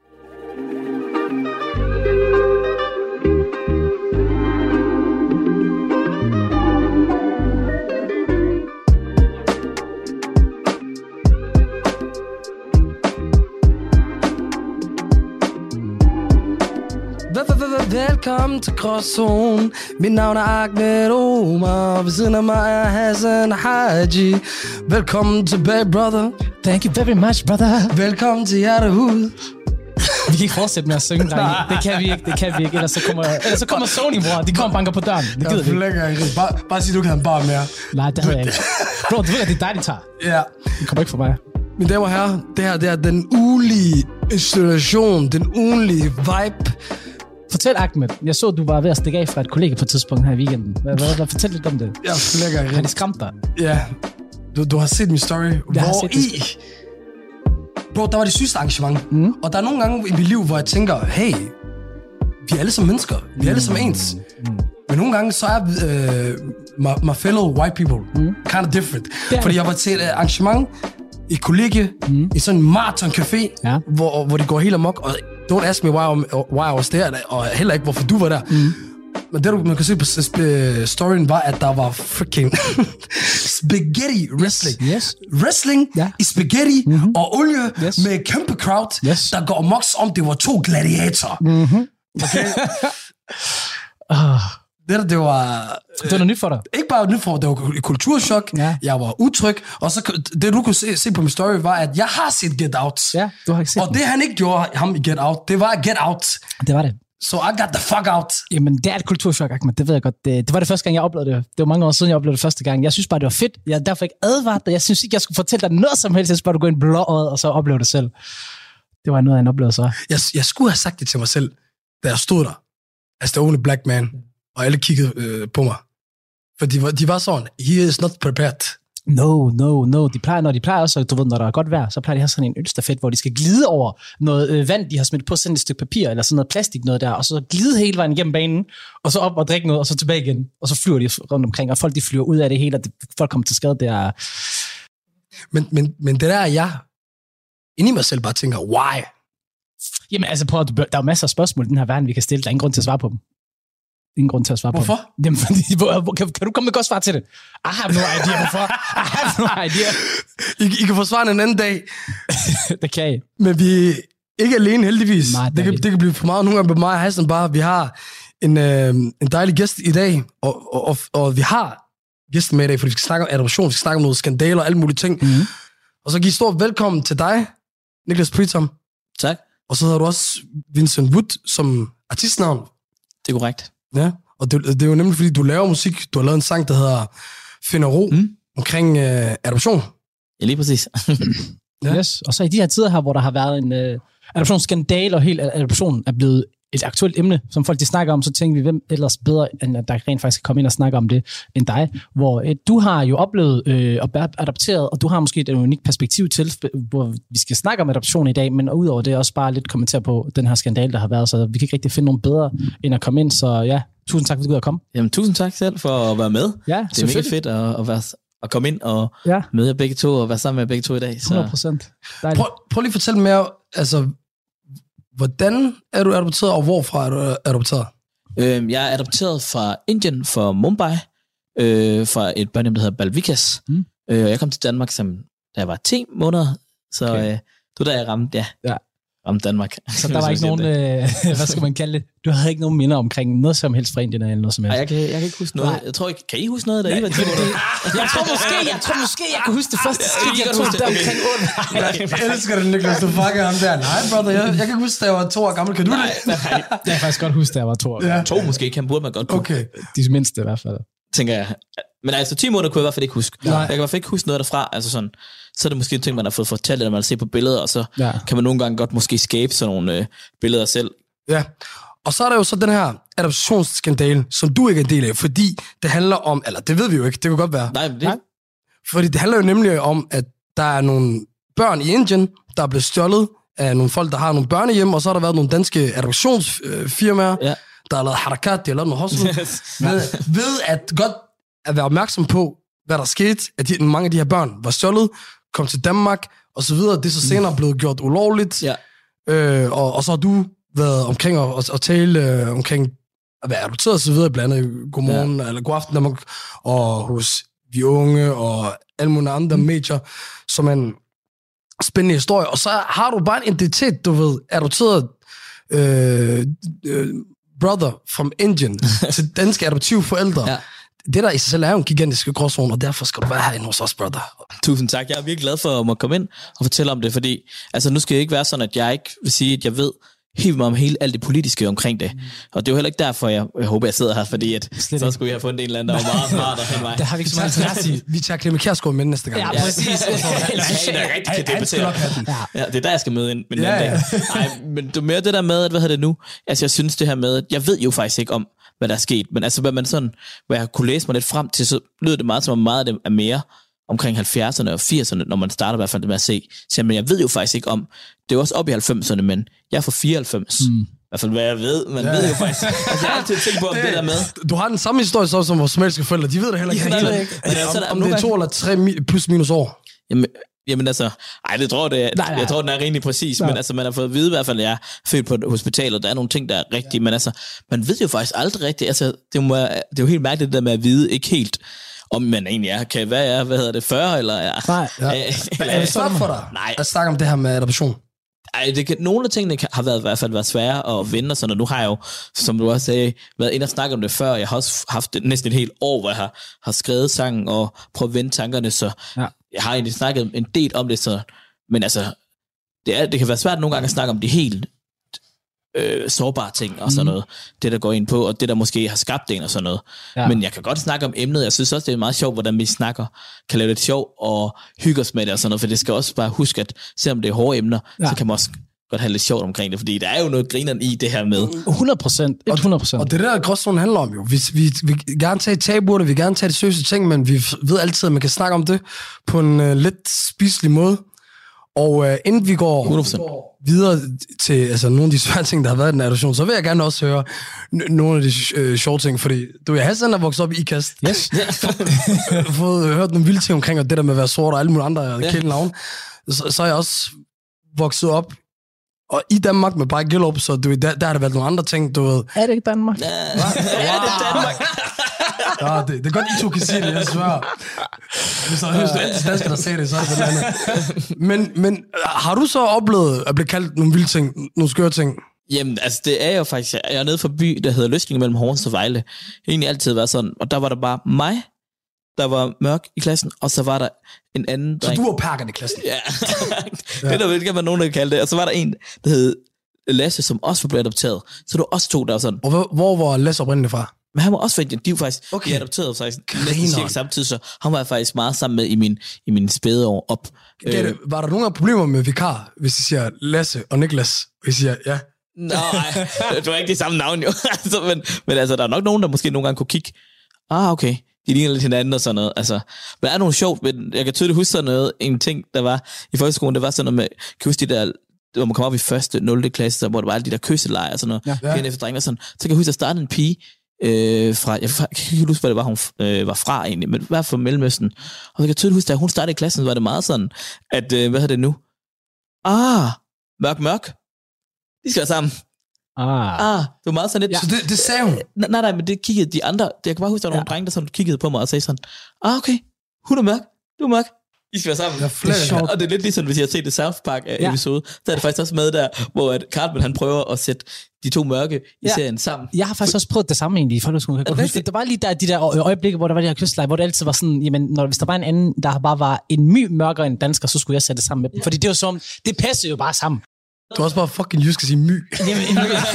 Velkommen til Gråzonen. Mit navn er Ahmed Omar. Ved siden af mig er Hassan Haji. Velkommen tilbage, brother. Thank you very much, brother. Velkommen til Hjertehud. Vi kan ikke fortsætte med at synge, drenge. Det kan vi ikke, det kan vi ikke. Ellers så kommer, ellers så kommer Sony, bror. De kommer og banker på døren. Det gider vi ikke. ikke. Bare, bare sig, du kan have en bar mere. Nej, det har jeg ikke. Bro, du ved, at det er dig, de tager. Ja. Det kommer ikke for mig. Mine damer og herrer, det her det er den ugenlige installation, den ugenlige vibe. Fortæl, Ahmed. Jeg så, du var ved at stikke af fra et kollega på et tidspunkt her i weekenden. Hvad, hvad, hvad, fortæl lidt om det. Jeg flækker ikke. Har de skræmt dig? Ja. Du, du har set min story. Jeg hvor har set i... Bro, der var det sygeste arrangement. Mm. Og der er nogle gange i mit liv, hvor jeg tænker, hey, vi er alle som mennesker. Vi er alle som ens. Mm. Men nogle gange, så er uh, my, my fellow white people mm. kind of different. Fordi jeg var til et arrangement i kollegie, mm. i sådan en marathon café, ja. hvor, hvor de går helt amok. Og don't ask me why, why I was there, og heller ikke, hvorfor du var der. Mm. Men det, du man kan se på storyen, var, at der var freaking spaghetti wrestling. Yes. yes. Wrestling ja. i spaghetti mm-hmm. og olie yes. med et kæmpe crowd, yes. der går amok om det var to gladiatorer. Mm-hmm. Okay? uh. Det der, det var... Det var noget nyt for dig? Ikke bare nyt for dig, det var et kulturschok. Ja. Jeg var utryg. Og så det, du kunne se, se på min story, var, at jeg har set Get Out. Ja, du har ikke set Og den. det, han ikke gjorde ham i Get Out, det var Get Out. Det var det. So I got the fuck out. Jamen, det er et kulturschok, Ahmed. Det ved jeg godt. Det, det var det første gang, jeg oplevede det. Det var mange år siden, jeg oplevede det første gang. Jeg synes bare, det var fedt. Jeg har derfor ikke advaret dig. Jeg synes ikke, jeg skulle fortælle dig noget som helst. Jeg synes bare, du går ind blåøjet og så opleve det selv. Det var noget af en oplevelse. Jeg, jeg skulle have sagt det til mig selv, da jeg stod der, as the only black man, og alle kiggede øh, på mig. For de var, de var sådan, he is not prepared. No, no, no. De plejer, når de plejer også, du ved, når der er godt vejr, så plejer de at have sådan en ølstafet, hvor de skal glide over noget øh, vand, de har smidt på sådan et stykke papir, eller sådan noget plastik noget der, og så glide hele vejen igennem banen, og så op og drikke noget, og så tilbage igen. Og så flyver de rundt omkring, og folk de flyver ud af det hele, og det, folk kommer til skade. Det er... Men, men, men det der er jeg, inde i mig selv bare tænker, why? Jamen altså, prøv, der er jo masser af spørgsmål i den her verden, vi kan stille. Der er ingen grund til at svare på dem. Ingen grund til at svare hvorfor? på dem. Jamen, fordi, hvor, kan, kan du komme med et godt svar til det? I have no idea, hvorfor. I have no idea. I, I kan få svaren en anden dag. Det kan I. Men vi er ikke alene, heldigvis. Nej, det, det, kan, det kan blive for meget nogle gange med mig og Hassan bare. Vi har en, øh, en dejlig gæst i dag, og, og, og, og vi har gæsten med i dag, for vi skal snakke om adoption, vi skal snakke om noget skandaler og alle mulige ting. Mm-hmm. Og så giv stort velkommen til dig, Niklas Pritam. Tak. Og så har du også Vincent Wood som artistnavn. Det er korrekt. Ja, og det, det er jo nemlig, fordi du laver musik. Du har lavet en sang, der hedder Finder ro, mm. omkring øh, adoption. Ja, lige præcis. Ja. Yes. Og så i de her tider her, hvor der har været en øh, adoptionsskandal, og helt adoption er blevet et aktuelt emne, som folk de snakker om, så tænker vi, hvem ellers bedre, end at der rent faktisk kan komme ind og snakke om det, end dig. Hvor øh, du har jo oplevet øh, at være adopteret, og du har måske et unikt perspektiv til, hvor vi skal snakke om adoption i dag, men udover det også bare lidt kommentere på den her skandal, der har været, så vi kan ikke rigtig finde nogen bedre, end at komme ind, så ja, tusind tak, fordi du er kommet. Jamen, tusind tak selv for at være med. Ja, det er mega fedt at, at, være, at komme ind og ja. møde jer begge to, og være sammen med jer begge to i dag. Så. hundrede procent. Prøv, prøv lige at fortælle mere, altså, hvordan er du adopteret, og hvorfra er du adopteret? Øhm, jeg er adopteret fra Indien, fra Mumbai, øh, fra et børnehjem, der hedder Balvikas. Mm. Øh, jeg kom til Danmark, som, da jeg var ti måneder, så okay. øh, det var da jeg ramte, ja, ja. ramte Danmark. Så der var ikke nogen, øh, hvad skal man kalde det? Du havde ikke nogen minder omkring noget som helst fra Indien eller noget som helst? Ej, jeg kan, jeg kan ikke huske noget. Jeg tror ikke, kan I huske noget, da I var ti måneder? Jeg tror måske, jeg tror måske, jeg kan huske det første skridt, jeg tog der omkring otte. Jeg elsker det, Niklas, du fucker ham der. Nej, brother, jeg, jeg kan huske, da jeg var to år gammel. Kan du det? Nej, jeg kan faktisk godt huske, da jeg var to år. Ja. To måske, kan burde man godt kunne. Okay. De mindste i hvert fald. Tænker jeg. Men altså, ti måneder kunne jeg i hvert fald ikke huske. Nej. Jeg kan i hvert fald ikke huske noget derfra. Altså sådan, så er det måske en ting, man har fået fortalt, eller man har set på billeder, og så ja. kan man nogle gange godt måske skabe sådan nogle øh, billeder selv. Ja, og så er der jo så den her adoptionsskandale, som du ikke er en del af, fordi det handler om, eller det ved vi jo ikke, det kunne godt være. Nej, det... Nej. Fordi det handler jo nemlig om, at der er nogle børn i Indien, der er blevet stjålet af nogle folk, der har nogle børnehjem, og så har der været nogle danske adoptionsfirmaer, ja. der har lavet harakat, de har lavet noget hustle, ved, ved at godt at være opmærksom på, hvad der skete, at de, mange af de her børn var stjålet, kom til Danmark, og så videre. Det er så senere blevet gjort ulovligt, ja. øh, og, og så har du været omkring og, og, og tale øh, omkring at være adopteret og så videre, blandt andet godmorgen ja. eller god aften, Danmark, og hos Vi Unge og alle mulige andre mm. medier, som en spændende historie. Og så har du bare en identitet, du ved, adopteret øh, øh, brother from Indian til danske adoptive forældre. Ja. Det der i sig selv er jo en gigantisk gråzone, og derfor skal du være herinde hos os, brother. Tusind tak. Jeg er virkelig glad for at må komme ind og fortælle om det, fordi altså, nu skal det ikke være sådan, at jeg ikke vil sige, at jeg ved helt meget om hele alt det politiske omkring det. Og det er jo heller ikke derfor, jeg, jeg håber, jeg sidder her, fordi at, så skulle jeg have fundet en eller anden, der var meget smartere end mig. Det har vi ikke så meget interesse i. Vi tager Clement Kjærsgaard med næste gang. Ja, præcis. Det er rigtigt, kan debattere. Ja, det er der, jeg skal møde ind med den anden dag. Nej, men det er mere det der med, at hvad hedder det nu? Altså, jeg synes det her med, at jeg ved jo faktisk ikke om, hvad der er sket, men altså, hvad man sådan, hvad jeg kunne læse mig lidt frem til, så lyder det meget som om meget af det er mere omkring halvfjerdserne og firserne, når man starter i hvert fald med at se. Så, men jeg ved jo faktisk ikke om, det er jo også op i halvfemserne, men jeg er fra fireoghalvfems. Mm. I hvert fald, hvad jeg ved, man ja. ved jo faktisk. Altså, jeg har altid tænkt på, om det, det der med. Du har den samme historie så, som vores somaliske forældre, de ved det heller ikke. Ja, helt, ikke. Altså, om, om det er to eller tre plus minus år. Jamen, Jamen altså, ej, det tror det, nej, nej. Jeg tror, den er rimelig præcis, nej. Men altså, man har fået at vide i hvert fald, at jeg er født på et hospital, og der er nogle ting, der er rigtige, men altså, man ved jo faktisk aldrig rigtigt, altså, det, må, det er jo helt mærkeligt, det der med at vide, ikke helt, om man egentlig er, kan hvad er, hvad hedder det, fyrre, eller er... Nej, ja. Men er det svært for dig nej. at snakke om det her med adoption? Ej, det kan, nogle af tingene kan, har været, i hvert fald været svære at vinde, og sådan, og nu har jeg jo, som du også sagde, været inde og snakke om det før. Jeg har også haft næsten et helt år, hvor jeg har, har skrevet sangen og prøvet at vende tankerne, så ja. Jeg har egentlig snakket en del om det, så, men altså, det, er, det kan være svært nogle gange at snakke om de helt øh, sårbare ting og sådan noget, mm. det der går ind på, og det der måske har skabt en og sådan noget. Ja. Men jeg kan godt snakke om emnet. Jeg synes også, det er meget sjovt, hvordan vi snakker, kan lave det sjovt og hygge os med det og sådan noget, for det skal også bare huske, at selvom det er hårde emner, ja. så kan man også godt have lidt sjovt omkring det, fordi der er jo noget grineren i det her med. hundrede procent. hundrede procent. Og det der gråzonen handler om jo. Vi, vi, vi vil gerne tage tabuer, vi vil gerne tage de seriøse ting, men vi ved altid, at man kan snakke om det på en uh, lidt spiselig måde. Og uh, inden vi går hundrede procent videre til altså, nogle af de svære ting, der har været i den adoption, så vil jeg gerne også høre n- nogle af de uh, sjove ting, fordi du er Hassan, der vokset op i IKAST. Yes. Fået hørt nogle vilde ting omkring, og det der med at være sort og alle mulige andre ja. kælenavn. Så, så er jeg også vokset op og i Danmark med bare Gellup, så du, der, der har der været nogle andre ting, du ved. Er det ikke Danmark? Ja, ja det er Danmark. Ja, det, det er godt, I to kan sige det, jeg svær. Hvis der er altid dansker, der sagde det, så er det andet. Men, men har du så oplevet at blive kaldt nogle vilde ting, nogle skøre ting? Jamen, altså det er jo faktisk, jeg er nede for by, der hedder Løsning mellem Horsens og Vejle. Det har egentlig altid været sådan, og der var der bare mig, der var mørk i klassen, og så var der en anden dreng. Så du var perkeren i klassen? Ja, det der vil ikke være nogen, der kan kalde det. Og så var der en, der hed Lasse, som også var blevet adopteret. Så du også to der sådan. Og hvor, hvor var Lasse oprindeligt fra? Men han var også fra Indien. De var faktisk okay. de adopterede faktisk næsten cirka samtidig, så han var jeg faktisk meget sammen med i min, i min spæde år op. Det, øh, var der nogle problemer med vikar, hvis I siger Lasse og Niklas? Hvis I siger ja? Nej, det var ikke de samme navn jo. altså, men, men altså, der er nok nogen, der måske nogle gange kunne kigge. Ah, okay. De ligner lidt hinanden og sådan noget. Altså, men der er nogle sjovt, men jeg kan tydeligt huske sådan noget. En ting, der var i folkeskolen, det var sådan noget med, kan huske de der, hvor man kom op i første, nul klasse, hvor der var alle de der kysselejer og sådan noget. Ja. Pigen efter drenge og sådan. Så kan jeg huske, at starte en pige øh, fra, jeg kan ikke huske, hvad det var, hun øh, var fra egentlig, men i hvert fald fra Mellemøsten. Og jeg kan tydeligt huske, at hun startede i klassen, så var det meget sådan, at, øh, hvad hedder det nu? Ah, mørk, mørk. De skal være sammen. Ah. Ah, det var meget sådan lidt. Ja. Så det, det sagde hun? Nej, nej, men det kiggede de andre. Jeg kan bare huske, der var nogle ja. drenge, der sådan kiggede på mig og sagde sådan, ah, okay, hun er mørk, du er mørk. I skal være sammen. Ja, det er sjovt. Og det er lidt ligesom, hvis jeg har set det South Park-episode, ja. så er det faktisk også med der, hvor at Cartman, han prøver at sætte de to mørke i ja. serien sammen. Jeg har faktisk også prøvet det samme egentlig i folkeskolen. Der var lige der, de der øjeblikke, hvor der var de her kysseleje, hvor det altid var sådan, jamen, når, hvis der var en anden, der bare var en my mørkere end dansker, så skulle jeg sætte det sammen med dem. Fordi det var som, det passede jo bare sammen. Du har også bare fucking jysk at sige my. det, det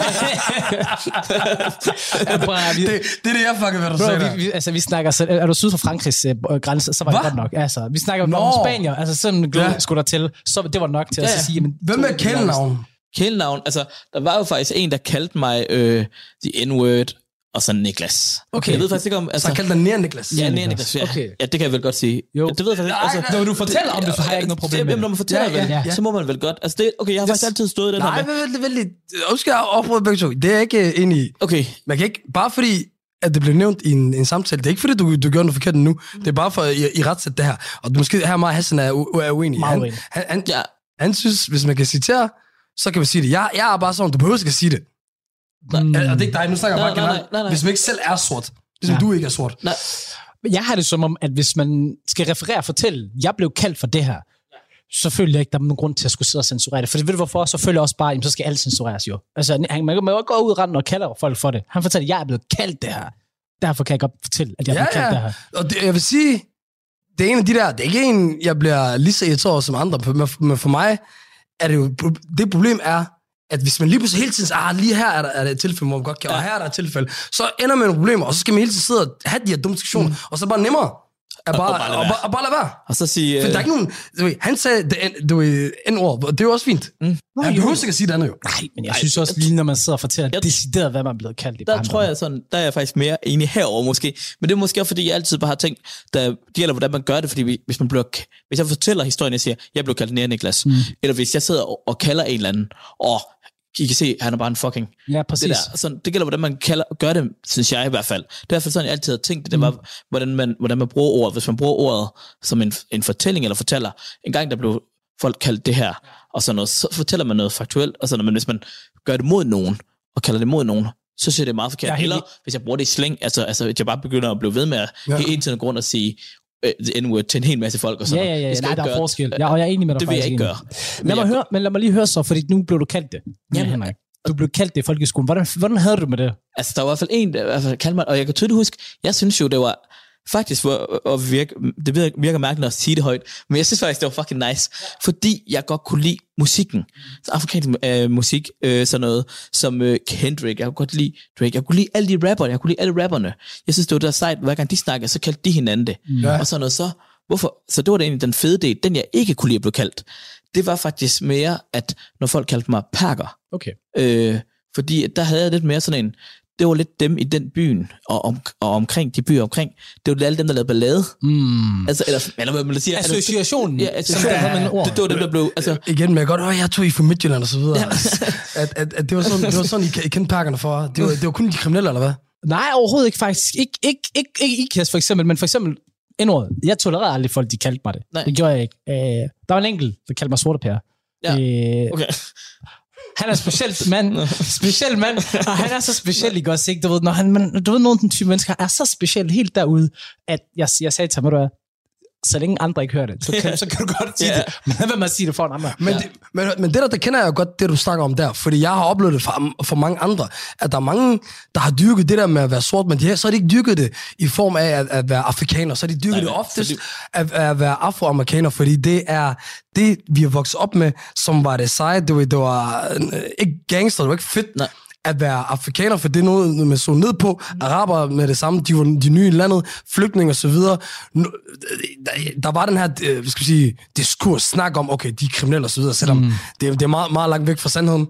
er det, jeg fucking hvad du sagde vi, vi, altså, vi snakker, så, er du syd for Frankrigs øh, grænse, så var det Hva? godt nok. Altså, vi snakker om Spanier, altså sådan ja. skulle der til, så det var nok til ja, ja. at sige. Jamen, hvem er kælenavn? Kælenavn, altså, der var jo faktisk en, der kaldte mig øh, the N-word, og så Niklas. Okay. Jeg ved faktisk ikke om... Altså, så han kaldte dig Nær Niklas? Ja, Nær Niklas, ja. Okay. Ja, det kan jeg vel godt sige. Jo. Det ved jeg faktisk ikke. Altså, når du fortæller om det, så har jeg ikke noget problem med det. Når man fortæller ja, ja, vel, ja. så må man vel godt. Altså, det, okay, jeg har det, faktisk altid stået i den nej, her med. Nej, vent lidt. Nu skal jeg afprøve begge to. Det er jeg ikke inde i. Okay. Man kan ikke... Bare fordi, at det blev nævnt i en, en samtale, det er ikke fordi, du, du gør noget forkert nu. Det er bare for i, i retsæt det her. Og du måske her meget Hassan er, u, er uenig. Han, han, han, han, ja. han synes, hvis man kan citere, så kan man sige det. Jeg, jeg er bare sådan, du behøver ikke at sige det. Mm. Og det er ikke dig, nu snakker jeg bare generelt. Hvis man ikke selv er sort. Ligesom ja. du ikke er sort. Nej. Jeg har det som om, at hvis man skal referere og fortælle, jeg blev kaldt for det her, så føler jeg ikke, der er nogen grund til at skulle sidde og censurere det. For ved du hvorfor? Så føler jeg også bare, at så skal alt censureres jo. Altså, man kan jo gå ud og rende og kalde folk for det. Han fortæller, at jeg er blevet kaldt det her. Derfor kan jeg godt fortælle, at jeg er ja, blevet kaldt ja. det her. Og det, jeg vil sige, det er en af de der, det er ikke en, jeg bliver lige så irriteret som andre, men for mig er det jo, det problem er, at hvis man lige pludselig hele tiden siger, ah, lige her er der, er der et tilfælde, hvor man godt kan, og her er der et tilfælde, så ender man med nogle problemer, og så skal man hele tiden sidde og have de her dumme diskussioner, mm. og så bare nemmere. Er bare, og, bare og, bare, og bare lade være. Og så sige... For der er ikke nogen... Du ved, han sagde det, du ved, en-ord, det er jo også fint. Mm. Nej, han behøver ikke at sige det andet jo. Nej, men jeg Nej, synes også lige, når man sidder og fortæller jeg, decideret, hvad man er blevet kaldt i Der tror jeg sådan, der er jeg faktisk mere enig herover måske. Men det er måske også, fordi jeg altid bare har tænkt, der det gælder, hvordan man gør det, fordi hvis man bliver... Hvis jeg fortæller historien, jeg siger, jeg blev kaldt Nær Niklas, mm. eller hvis jeg sidder og, og kalder en eller anden, og I kan se, han er bare en fucking... Ja, præcis. Det, der, sådan, det gælder, hvordan man kalder, gør det, synes jeg i hvert fald. Det er i hvert fald sådan, jeg altid har tænkt, det, det var, mm. hvordan, man, hvordan man bruger ordet. Hvis man bruger ordet som en, en fortælling eller fortæller. En gang, der blev folk kaldt det her, og sådan noget, så fortæller man noget faktuelt. Og sådan, men hvis man gør det mod nogen, og kalder det mod nogen, så synes jeg, det er meget forkert. Ja, eller hvis jeg bruger det i slæng, altså, altså hvis jeg bare begynder at blive ved med at ja. hele tiden grund at sige... the N-word til en hel masse folk og sådan ja, ja, ja. Nej, der er forskel. Ja, og jeg er enig med dig. Det vil jeg ikke gøre. Lad mig, høre, men lad mig lige høre så, fordi nu blev du kaldt det. Ja, Henrik. Du blev kaldt det i folkeskolen. Hvordan, hvordan havde du med det? Altså, der var i hvert fald en, der i hvert fald kaldte mig, og jeg kan tydeligt huske, jeg synes jo, det var faktisk, for at virke, det virker mærkeligt at sige det højt, men jeg synes faktisk, det var fucking nice, fordi jeg godt kunne lide musikken. Så afrikansk øh, musik, øh, sådan noget, som øh, Kendrick, jeg kunne godt lide Drake, jeg kunne lide alle de rappere, jeg kunne lide alle rapperne. Jeg synes, det var der sejt, hver gang de snakkede, så kaldte de hinanden det. Ja. Og sådan noget, så hvorfor? Så det var det egentlig den fede del, den jeg ikke kunne lide at blive kaldt. Det var faktisk mere, at når folk kaldte mig perker. Okay. Øh, fordi der havde jeg lidt mere sådan en, det var lidt dem i den byen, og, om, og omkring de byer omkring, det var alle dem, der lavede ballade. Mm. Altså, eller, eller hvad man siger. Associationen. Ja, associationen. Ja, Det, det var dem, der blev... Altså, Igen med godt, åh, jeg tog I fra Midtjylland og så videre. Ja. at, at, at det var sådan, det var sådan I, I kendte perkerne for. Det var, det var kun de kriminelle, eller hvad? Nej, overhovedet ikke faktisk. Ikke, ikke, ikke, ikke IKAST for eksempel, men for eksempel N-ordet. Jeg tolererede aldrig folk, de kaldte mig det. Nej. Det gjorde jeg ikke. Øh, der var en enkelt, der kaldte mig sortepære. Ja, øh, okay. Han er specielt mand, speciel mand, og han er så speciel, ikke også, ikke? Du ved, når han, man, du ved, nogle af den type mennesker er så specielt helt derude, at jeg, jeg sagde til ham, du så længe andre ikke hører det, så kan, så kan du godt sige yeah. det. Men hvad vil man sige det foran andre? Men, ja. det, men, men det der, der kender jeg jo godt, det du snakker om der, fordi jeg har oplevet det for, for mange andre, at der er mange, der har dyrket det der med at være sort, men de har, så har de ikke dyrket det i form af at, at være afrikaner, så har de dyrket Nej, det oftest fordi... at, at være afroamerikaner, fordi det er det, vi har vokset op med, som var det seje, det var, det var ikke gangster, det var ikke fedt. Nej. At være afrikaner, for det er noget, man så ned på. Araber med det samme, de var de nye i landet, flygtninge og så videre. Der var den her, hvad skal vi sige, diskurs, snak om, okay, de er kriminelle og så videre, selvom mm. det, det er meget, meget langt væk fra sandheden.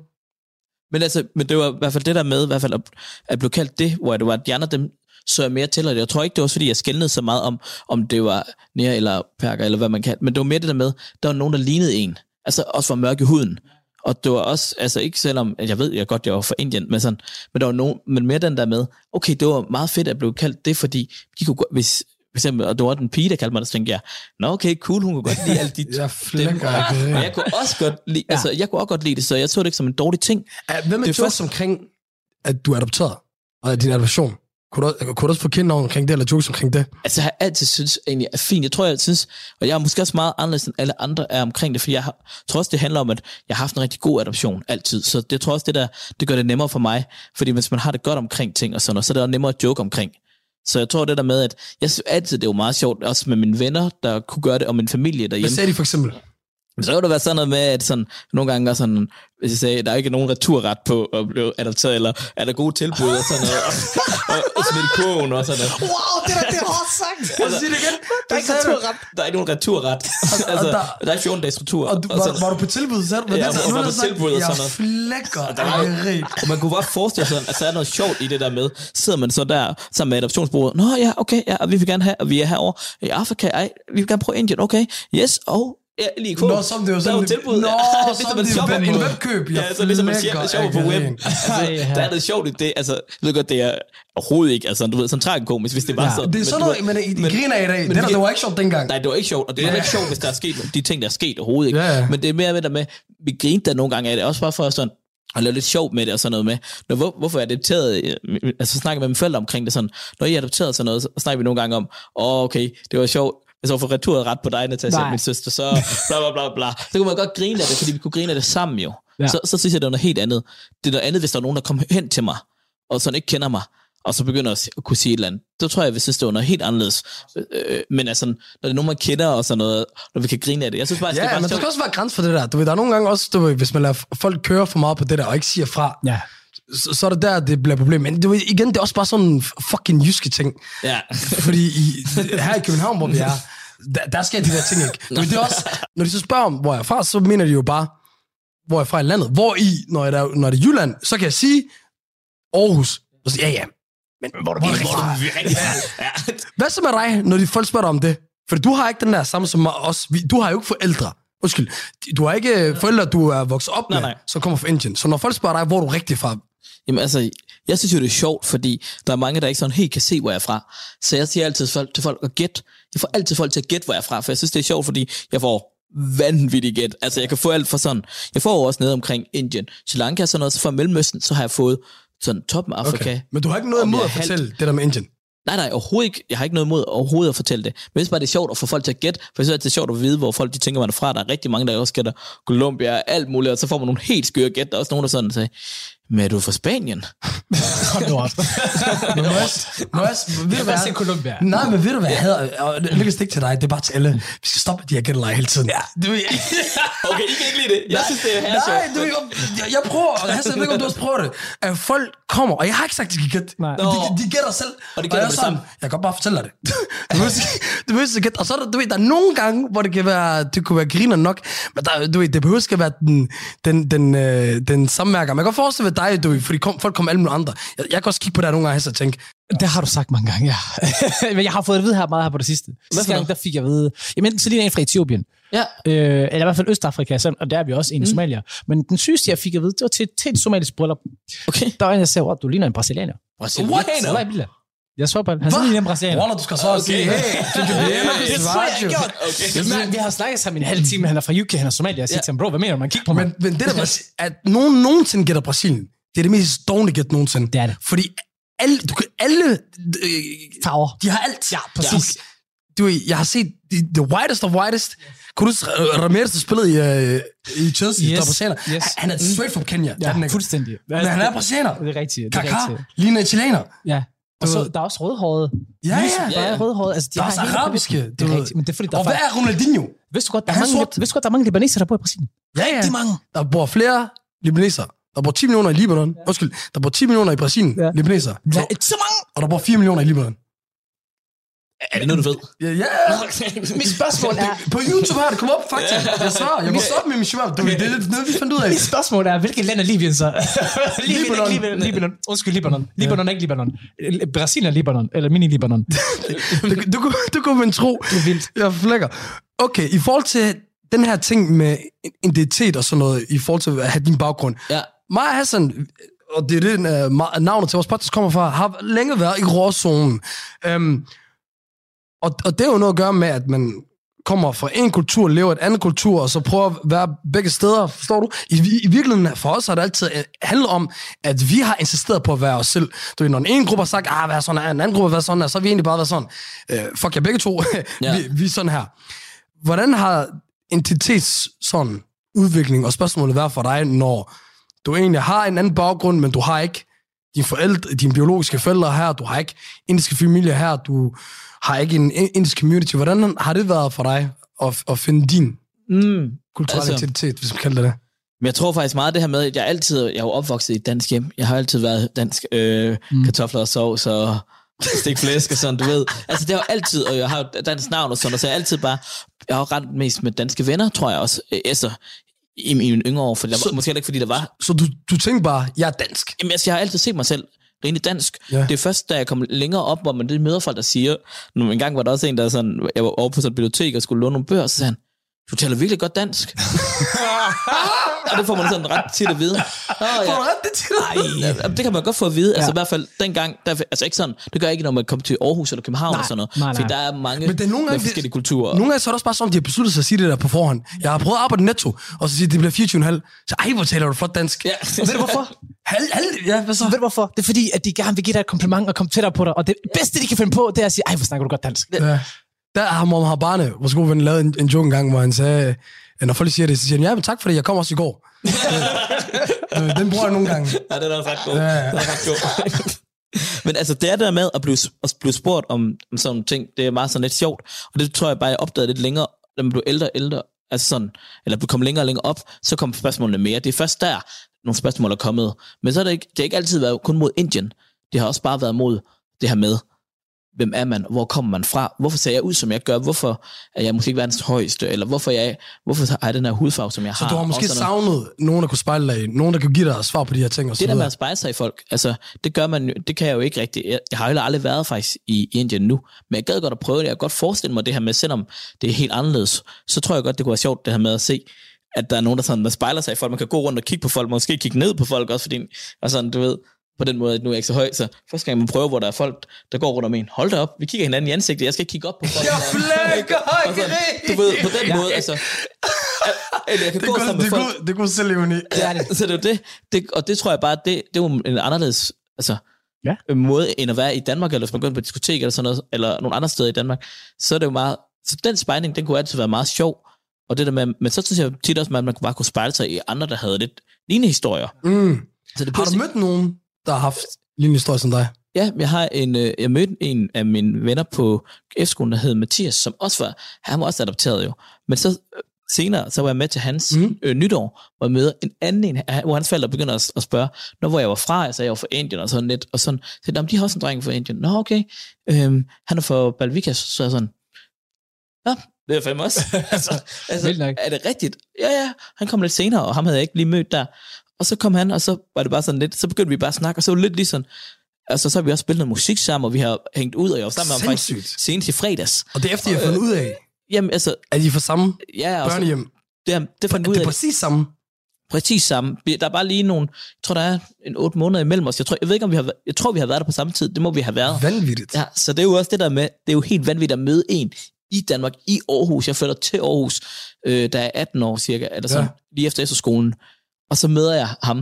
Men altså, men det var i hvert fald det der med, i hvert fald at, at blive kaldt det, hvor det var, at de andre dem så jeg mere til, og jeg tror ikke, det var fordi, jeg skældnede så meget om, om det var nære eller perker, eller hvad man kan, men det var mere det der med, der var nogen, der lignede en. Altså også var mørk i huden. Og det var også, altså ikke selvom, jeg ved jeg godt, jeg var fra Indien, men, sådan, men der var nogen, men mere den der med, okay, det var meget fedt at blive kaldt det, fordi de kunne, hvis, for eksempel, og det var den pige, der kaldte mig, der tænkte jeg, nå okay, cool, hun kunne godt lide alle de jeg dem, og, og jeg kunne også godt lide, ja. altså jeg kunne også godt lide det, så jeg så det ikke som en dårlig ting. Hvem er det først omkring, at du er adopteret, og din adoption? Kunne du, kunne du også få kendt nogen omkring det, eller jokes omkring det? Altså, jeg har altid synes egentlig er fint. Jeg tror, jeg synes, og jeg er måske også meget anderledes end alle andre er omkring det, for jeg har, tror også, det handler om, at jeg har haft en rigtig god adoption altid. Så det tror også, det der, det gør det nemmere for mig, fordi hvis man har det godt omkring ting og sådan noget, så er det også nemmere at joke omkring. Så jeg tror det der med, at jeg synes altid, det er jo meget sjovt, også med mine venner, der kunne gøre det, og min familie derhjemme. Hvad sagde de for eksempel? Så kan det være sådan noget med, at sådan, nogle gange er sådan, hvis jeg sagde, der er ikke nogen returret på at blive adopteret, eller er der gode tilbud og sådan noget, og, og, og smidt kogen og sådan noget. Wow, det der, det er hårdt sagt. Altså, sige det igen. Der er ikke returret. Der er ikke nogen returret. altså, der, der er ikke fjorten dages retur. Og du, og var, var du på tilbud? Så ja, jeg var, var på tilbud og sådan noget. Jeg flækker. Og, der var, og man kunne godt forestille sig, at der er noget sjovt i det der med, sidder man så der sammen med adoptionsbordet, nå ja, okay, ja, vi vil gerne have, og vi er herovre i Afrika, ej, vi vil gerne prøve Indien, okay, yes, og ja, lige cool. Nå, som det var sådan, der er tilbud. Nå, ja, som det var en webkøb. Ja, så ligesom man shopper på web. Altså, der er det sjovt i det. Altså, jeg ved godt, det er overhovedet ikke, altså, du ved, sådan tragikomisk, hvis det var ja, sådan. Det er sådan noget, men I griner af i dag. Det, der, det var ikke sjovt dengang. Nej, det var ikke sjovt, og det er ikke sjovt, hvis der er sket de ting, der er sket overhovedet ikke. Ja, ja. Men det er mere med der med, vi grinte der nogle gange af det, også bare for sådan, og lave lidt sjov med det og sådan noget med. Når, hvor, hvorfor er jeg adopteret? Altså, snakker med mine forældre omkring det sådan, når I er adopteret sådan noget, så snakker vi nogle gange om, åh, oh, okay, det var sjovt. Hvis jeg får returet ret på dig, Natasha, min søster, så bla bla bla bla. Så kunne man godt grine af det, fordi vi kunne grine af det sammen jo. Ja. Så, så synes jeg, det er noget helt andet. Det er noget andet, hvis der er nogen, der kommer hen til mig, og sådan ikke kender mig, og så begynder at, at kunne sige et eller andet. Så tror jeg, vi synes, det var noget helt anderledes. Øh, men altså, når det er nogen, man kender og sådan noget, når vi kan grine af det. Jeg synes bare, ja, det er bare men der skal også være grænser for det der. Du ved, der er nogle gange også, du ved, hvis man lader folk køre for meget på det der, og ikke siger fra, ja. så, så er det der, det bliver et problem. Men du ved, igen, det er også bare sådan en fucking jyske ting. Ja. Fordi i, her i København, hvor vi er, Der, der sker de der ting ikke. Men det er også, når de så spørger om, hvor jeg er fra, så mener de jo bare, hvor jeg er fra i landet. Hvor i, når, jeg der, når det er Jylland, så kan jeg sige Aarhus. Og så ja, ja. Men hvor er du fra? Ja. Hvad så med dig, når de folk spørger dig om det? For du har ikke den der samme som os. Du har jo ikke forældre. Undskyld. Du har ikke forældre, du er vokset op med, nej, nej. som kommer fra Indien. Så når folk spørger dig, hvor er du rigtig fra? Jamen altså, jeg synes jo, det er sjovt, fordi der er mange, der ikke sådan helt kan se, hvor jeg er fra. Så jeg siger altid til folk at gætte. Jeg får altid folk til at gætte, hvor jeg er fra, for jeg synes, det er sjovt, fordi jeg får vanvittigt gæt. Altså, jeg kan få alt fra sådan. Jeg får også ned omkring Indien, Sri Lanka og sådan noget, så fra Mellemøsten, så har jeg fået sådan toppen af Afrika. Okay. Men du har ikke noget imod at fortælle halvt... det der med Indien? Nej, nej, overhovedet ikke. Jeg har ikke noget imod overhovedet at fortælle det. Men hvis bare det er sjovt at få folk til at gætte, for jeg synes, det er sjovt at vide, hvor folk de tænker, man er fra. Der er rigtig mange, der også gætter Colombia og alt muligt, og så får man nogle helt skøre gæt. Der er også nogen, der sådan siger, Men er du fra Spanien? Hold nu op. Men Moas, Moas, ved du Hvad hvad? siger Colombia? Nej, men ved du hvad jeg hader? Og det lykkes ikke til dig, det er bare til alle. Vi skal stoppe de her gætterleje hele tiden. Ja. Du, Okay, I kan ikke lide det. Jeg synes, det er her nej, du, jeg, jeg prøver, og jeg ved ikke, om du også prøver det, at folk kommer, og jeg har ikke sagt, de skal gætte. Nej. De, de, de gætter selv. Og de gætter jeg det sådan, samme. Jeg kan godt bare fortælle dig det. Du behøver ikke- du behøver ikke gætte. Og så er der, du ved, der er nogle gange, hvor det kan være, det kunne være griner nok, men der, du ved, det behøver ikke at være den, den, den, øh, den samværker. Man kan godt forestille dig, du ved, fordi kom, folk kommer alle mulige andre. Jeg, jeg kan også kigge på det nogle gange og tænke, Det har du sagt mange gange, ja. Men jeg har fået at vide her meget her på det sidste. Sidste gang, der fik jeg at vide, jamen, så lige en fra Etiopien. Ja. Øh, eller i hvert fald Østafrika, sådan, og der er vi også en mm. somalier. Men den sygeste, jeg fik at vide, det var til, til et somalisk bryllup. Okay. Der var en, der sagde, du ligner en brasilianer. Brasilianer? Så var jeg billig. Jeg så på han ligner en brasilianer. Wallah, du skal så sige, hey, du kan blive Det tror jeg, jeg gjort. Okay. Men, vi har snakket sammen i en halv time, han er fra U K, han er somalier. Jeg siger til ham, bro, hvad mener du, man kigger på mig? Men, men det der med, at nogen nogensinde gætter Brasilien, det er det mest dårlige gæt nogensinde. Det er det. Fordi alle, du kan, alle øh, farver. De har alt. Ja, præcis. Ja. Du ved, jeg har set the, the whitest of whitest. Kunne du uh, Ramirez, der spillede i, uh, i Chelsea, yes. der er brasilianer. Yes. Han er straight from Kenya. Ja, den fuldstændig. Men han er brasilianer. Det er rigtigt. Det er Kaká, rigtigt. ligner italiener. Ja. Og så, der er også rødhåret. Ja, ja. Der er rødhåret. Altså, de der er har også hele arabiske. Det er rigtigt, men det er fordi, der og hvad er Ronaldinho? Vidste du godt, der er, Er han mange, sort? vidste du godt, der er mange libaneser, der bor i Brasilien? Ja, ja. Rigtig mange. Der bor flere libaneser. Der bor ti millioner i Libanon. Ja. Undskyld, der bor ti millioner i Brasilien. Ja. Libaneser. Så, så mange! Og der bor fire millioner i Libanon. Er det noget, du ved? Ja, ja. Mit spørgsmål er... På YouTube har det kommet op, faktisk. Jeg svarer. Jeg må stoppe med min shabab. Det er lidt noget, vi fandt ud af. Mit spørgsmål er, hvilket land er Libyen så? Libyen, Libanon. ikke Libanon. Libanon. Undskyld, Libanon. Libanon er ikke Libanon. Brasilien er Libanon. Eller mini-Libanon. du, du, kunne- du kunne man tro. Det er vildt. Jeg flækker. Okay, i forhold til den her ting med identitet og sådan noget, i forhold til at have din baggrund. Ja. Mig og Hassan, og det er det, uh, navnet til vores podcast kommer fra, har længe været i gråzonen. Um, og, og det er jo noget at gøre med, at man kommer fra en kultur, lever et andet kultur, og så prøver at være begge steder, forstår du? I, I virkeligheden for os har det altid handlet om, at vi har insisteret på at være os selv. Du ved, når den ene gruppe har sagt, ah, vær sådan her, en anden gruppe har været sådan her, så har vi egentlig bare været sådan. Uh, fuck jer begge to, Ja. vi, vi er sådan her. Hvordan har identitets sådan udvikling og spørgsmålet været for dig, når du egentlig har en anden baggrund, men du har ikke dine forældre, dine biologiske forældre her, du har ikke indiske familie her, du har ikke en indisk community. Hvordan har det været for dig at, at finde din Mm. kulturelle Altså- identitet, hvis man kalder det det? Men jeg tror faktisk meget det her med, at jeg altid, jeg er jo opvokset i et dansk hjem. Jeg har altid været dansk, øh, mm. kartofler og sovs og stik flæsk og sådan, du ved. Altså det har jo altid, og jeg har jo dansk navn og sådan, og så jeg har altid bare, jeg har jo ret mest med danske venner, tror jeg også, øh, altså i, i mine yngre år, for der var, Så- måske heller ikke fordi der var. Så du, du tænker bare, jeg er dansk. Jamen altså, jeg har altid set mig selv rimelig dansk. Ja. Ja. Det er først, da jeg kom længere op, hvor man det møder folk, der siger, nu en gang var der også en, der sådan, jeg var over på sådan et bibliotek og skulle låne nogle bøger, så sagde han, du taler virkelig godt dansk. Og det får man sådan ret tit at vide. Nå, ja. det til Ja, det kan man godt få at vide. Altså Ja. i hvert fald dengang, der, altså ikke sådan, det gør ikke, når man kommer til Aarhus eller København Nej, og sådan noget. nej, nej. Fordi der er mange Men det er nogle gange, med forskellige det- kulturer. Nogle gange så er det også bare sådan, at de har besluttet sig at sige det der på forhånd. Jeg har prøvet at arbejde netto, og så siger de, det bliver fireogtyve komma fem. Så ej, hvor taler du flot dansk. Ja. Og ved du hvorfor? Halv, halv, ja, hvad så? Ved du hvorfor? Det er fordi, at de gerne vil give dig et kompliment og komme tættere på dig. Og det bedste, de kan finde på, det er at sige, ej, hvor snakker du godt dansk. Ja. Der har Mohamed Habane, vores gode ven, lavet en, en joke engang, hvor han sagde, at når folk siger det, så siger han, ja, men tak for det, jeg kom også i går. Øh, Den bruger jeg nogle gange. Ja, det er også ret god. Ja, ja. Det er ret god. Men altså, det er der med at blive, at blive spurgt om, om sådan nogle ting, det er meget sådan lidt sjovt. Og det tror jeg bare, jeg opdagede lidt længere, når man blev ældre og ældre, altså sådan, eller blev kommet længere og længere op, så kom spørgsmålene mere. Det er først der, nogle spørgsmål er kommet. Men så er det ikke, det har ikke altid været kun mod Indien. Det har også bare været mod det her med, hvem er man, hvor kommer man fra, hvorfor ser jeg ud, som jeg gør, hvorfor er jeg måske ikke verdens højeste, eller hvorfor, jeg, hvorfor har jeg den her hudfarve, som jeg Så har. du har og måske sådan noget. savnet nogen, der kunne spejle dig i, nogen, der kunne give dig svar på de her ting og så Det der med videre. at spejle sig i folk, altså, det gør man jo, det kan jeg jo ikke rigtig. Jeg, jeg har heller aldrig været faktisk i, i Indien nu, men jeg gad godt at prøve det. Jeg kan godt forestille mig det her med, selvom det er helt anderledes, så tror jeg godt, det kunne være sjovt, det her med at se, at der er nogen, der, sådan, der spejler sig i folk. Man kan gå rundt og kigge på folk, måske kigge ned på folk også, fordi, og sådan, du ved, på den måde, at nu er jeg ikke så høj, så første gang man prøver, hvor der er folk, der går rundt om en, hold da op, vi kigger hinanden i ansigtet, jeg skal ikke kigge op på folk. Jeg flækker Og så, du ved, på den måde, altså, eller jeg kan Det gå kunne, sammen med det, folk. kunne, det kunne selv leve i. Ja, så det er jo det. det. Og det tror jeg bare, det, det er jo en anderledes altså, Ja. måde, end at være i Danmark, eller hvis man går ind på et diskotek, eller sådan noget, eller nogle andre steder i Danmark, så er det jo meget, så den spejling, den kunne altid være meget sjov, og det der med, men så synes jeg tit også, at man bare kunne spejle sig i andre, der havde lidt lignende historier. Mm. Så det har du mødt nogen, der har haft lignende historie som dig? Ja, jeg har en, jeg mødte en af mine venner på F-skolen, der hed Mathias, som også var, han var også adopteret jo. Men så senere, så var jeg med til hans mm. øh, nytår, hvor jeg møder en anden en, hvor hans forældre begynder at, at spørge, når hvor jeg var fra, jeg sagde, jeg var fra Indien, og sådan lidt, og sådan, så de har også en dreng fra Indien. Nå, okay, øhm, han er fra Balvikas, så er sådan, ja, det er fandme også. altså, altså, er det rigtigt? Ja, ja, han kom lidt senere, og ham havde jeg ikke lige mødt der. Og så kom han, og så var det bare sådan lidt, så begyndte vi bare at snakke, og så var det lidt lige sådan, altså så har vi også spillet noget musik sammen, og vi har hængt ud, og jeg var sammen med ham faktisk senest i fredags. Og det er efter, jeg har fundet ud af, jamen, altså, at I får samme ja, børnehjem. Det er, det fandt ud af. Det er præcis samme. Præcis samme. Der er bare lige nogle, jeg tror, der er en otte måneder imellem os. Jeg, tror, jeg ved ikke, om vi har, jeg tror, vi har været der på samme tid. Det må vi have været. Vanvittigt. Ja, så det er jo også det der med, det er jo helt vanvittigt at møde en i Danmark, i Aarhus. Jeg flytter til Aarhus, øh, da jeg er atten år cirka, eller sådan, ja. Lige efter efterskolen. Og så møder jeg ham,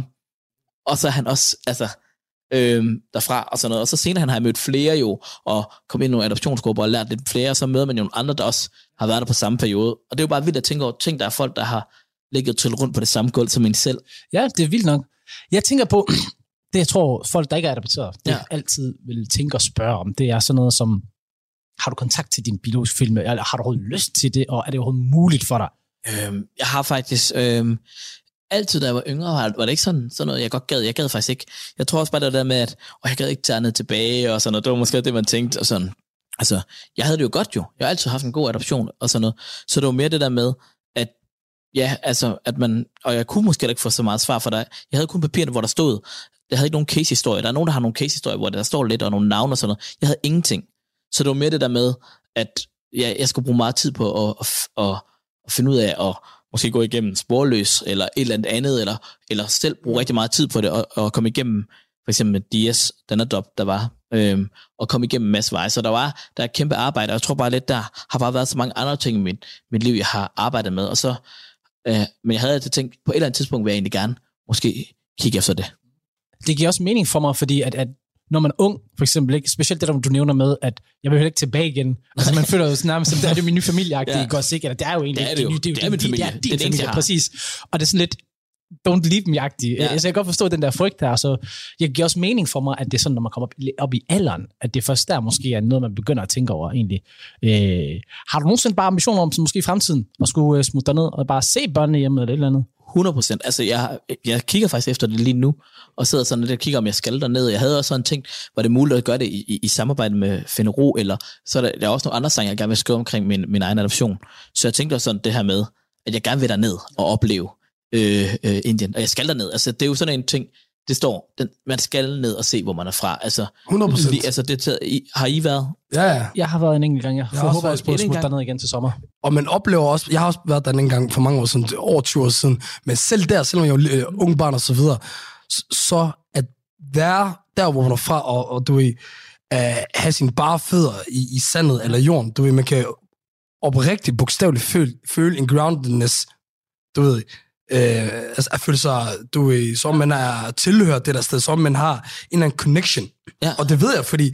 og så er han også, altså, øh, derfra og sådan noget. Og så senere han har jeg mødt flere jo, og kommet ind i nogle adoptionsgrupper og lært lidt flere, og så møder man jo nogle andre, der også har været der på samme periode. Og det er jo bare vildt at tænke over, tænk, der er folk, der har ligget til rundt på det samme gulv som en selv. Ja, det er vildt nok. Jeg tænker på, det jeg tror, folk, der ikke er adopteret, det ja. altid vil tænke og spørge om, det er sådan noget som, har du kontakt til din biologiske film, eller har du overhovedet lyst til det, og er det overhovedet muligt for dig? Øhm, jeg har faktisk, øhm, altid da jeg var yngre, var, var det ikke sådan, sådan noget, jeg godt gad. Jeg gad faktisk ikke. Jeg tror også bare det der med, at åh, jeg gad ikke tage ned tilbage, og sådan noget. Det var måske det, man tænkte, og sådan. Altså, jeg havde det jo godt jo. Jeg har altid haft en god adoption, og sådan noget. Så det var mere det der med, at ja, altså, at man, og jeg kunne måske ikke få så meget svar for dig. Jeg havde kun papirerne, hvor der stod, jeg havde ikke nogen case-historie. Der er nogen, der har nogle case-historier, hvor der står lidt, og nogle navne og sådan noget. Jeg havde ingenting. Så det var mere det der med, at ja, jeg skulle bruge meget tid på at, at, at, at finde ud af, at måske gå igennem Sporløs, eller et eller andet andet, eller, eller selv bruge rigtig meget tid på det, og, og komme igennem, for eksempel D S, den adop, der var, øhm, og komme igennem en masse veje. Så der var der er kæmpe arbejde, og jeg tror bare lidt, der har bare været så mange andre ting i mit, mit liv, jeg har arbejdet med, og så, øh, men jeg havde altid tænkt, på et eller andet tidspunkt vil jeg egentlig gerne måske kigge efter det. Det giver også mening for mig, fordi at, at når man er ung, for eksempel, ikke? Specielt det, der du nævner med, at jeg vil heller ikke tilbage igen. Altså, man føler jo nærmest, som det er det min nye familieagtige, ja. Godt sikkert. Det er jo egentlig det er det jo. Det, det, det er min familie. Det er din det er familie, det, præcis. Og det er sådan lidt, don't leave me-agtigt. Ja. Altså, jeg kan godt forstå den der frygt der, så jeg giver også mening for mig, at det er sådan, når man kommer op, op i alderen, at det først der måske er noget, man begynder at tænke over egentlig. Øh, har du nogensinde bare ambitioner om, så måske i fremtiden, at skulle uh, smutte derned og bare se børnene hjemme eller et eller andet? hundrede procent. Altså, jeg, jeg kigger faktisk efter det lige nu, og sidder sådan lidt og kigger, om jeg skal derned. Jeg havde også sådan tænkt, var det muligt at gøre det i, i, i samarbejde med Fenero, eller så er der, der er også nogle andre sange, jeg gerne vil skrive omkring min, min egen adoption. Så jeg tænkte også sådan det her med, at jeg gerne vil derned og opleve øh, øh, Indien, og jeg skal derned. Altså, det er jo sådan en ting, det står, den, man skal ned og se, hvor man er fra. Altså, hundrede procent. Lige, altså, det, I, har I været? Ja, ja. Jeg har været en enkelt gang. Jeg, jeg håber også på at smutte derned igen til sommer. Og man oplever også, jeg har også været der en gang for mange år siden, over tyve år siden, men selv der, selvom jeg var øh, unge barn og så videre, så at være der, hvor man er fra, og, og du ved, øh, have sine bare fødder i, i sandet eller jorden, du ved, man kan oprigtigt, bogstaveligt føle, føle en groundedness, du ved, øh, altså at føle sig, du ved, som man er tilhørt det der sted, som man har en eller anden connection. Ja. Og det ved jeg, fordi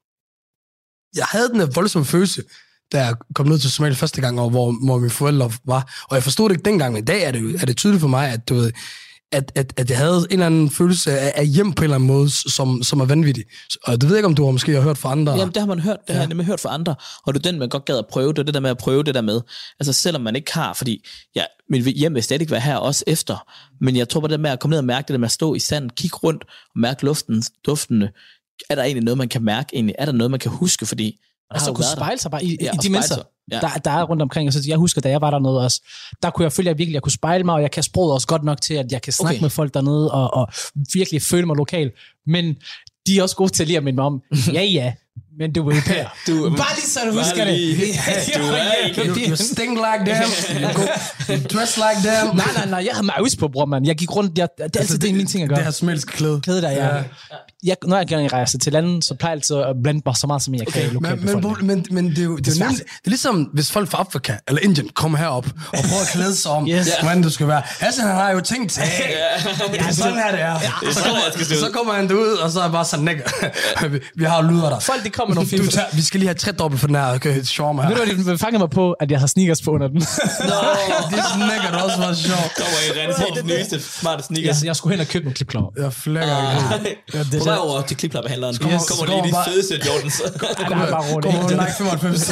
jeg havde den der voldsomme følelse, da jeg kom ned til Somalia første gang, og hvor, hvor mine forældre var. Og jeg forstod det ikke dengang, men i dag er det, er det tydeligt for mig, at, du ved, at, at, at jeg havde en eller anden følelse af, af hjem på en eller anden måde, som, som er vanvittig. Og det ved jeg ikke, om du har måske har hørt fra andre. Jamen, det har man hørt. Det ja. har jeg nemlig hørt fra andre. Og det er den, man godt gad at prøve. Det er det der med at prøve det der med. Altså, selvom man ikke har, fordi ja, mit hjem vil stadig være her også efter. Men jeg tror på det med at komme ned og mærke det der med at stå i sanden, kigge rundt og mærke luften, duftene. Er der egentlig noget, man kan mærke egentlig? Er der noget, man kan huske? Fordi og så kunne spejle sig bare i, ja, i de mennesker, ja. der, der er rundt omkring. Altså, jeg husker, da jeg var dernede også, der kunne jeg føle, at jeg virkelig jeg kunne spejle mig, og jeg kan sproget også godt nok til, at jeg kan snakke okay. med folk dernede, og, og virkelig føle mig lokal. Men de er også gode til lige at minde mig om, ja ja, men du er europæer. Bare lige så du husker det. Du er ikke. You stink like them. You dress like them. Nej, nej, nej, jeg havde mig på, bror, mand. Jeg gik rundt, jeg, det er altid altså, det, det min ting at gøre. Det her smelsk klæde. Klæde der, ja. ja. jeg, når jeg gerne rejser til landet, så plejer jeg altid at blande mig så meget, som jeg okay, kan i lokal men, men, men, men det er jo, det er, jo nemt, det er ligesom, hvis folk fra Afrika eller Indien kommer herop og prøver at klæde sig om, yes. hvordan det skal være. Hassan, han har jo tænkt, hey, det er sådan her, det er. Ja, så, kommer, så kommer han derud, og så er bare sådan, vi, vi har lyder der. Folk, de kommer nogle film. Vi skal lige have tre dobbelt for den her okay, shawarma her. Ved du, hvad de fangede mig på, at jeg har sneakers på under den? Nå, det er sådan det også var sjovt. Kommer i Renaissance nyeste smarte sneakers. Jeg, jeg skulle hen og købe nogle klipklapper. Jeg flækker ikke. På vej over til klipklapperhandleren. Yes, kommer lige de fedeste Jordans. Kommer bare Nike femoghalvfems.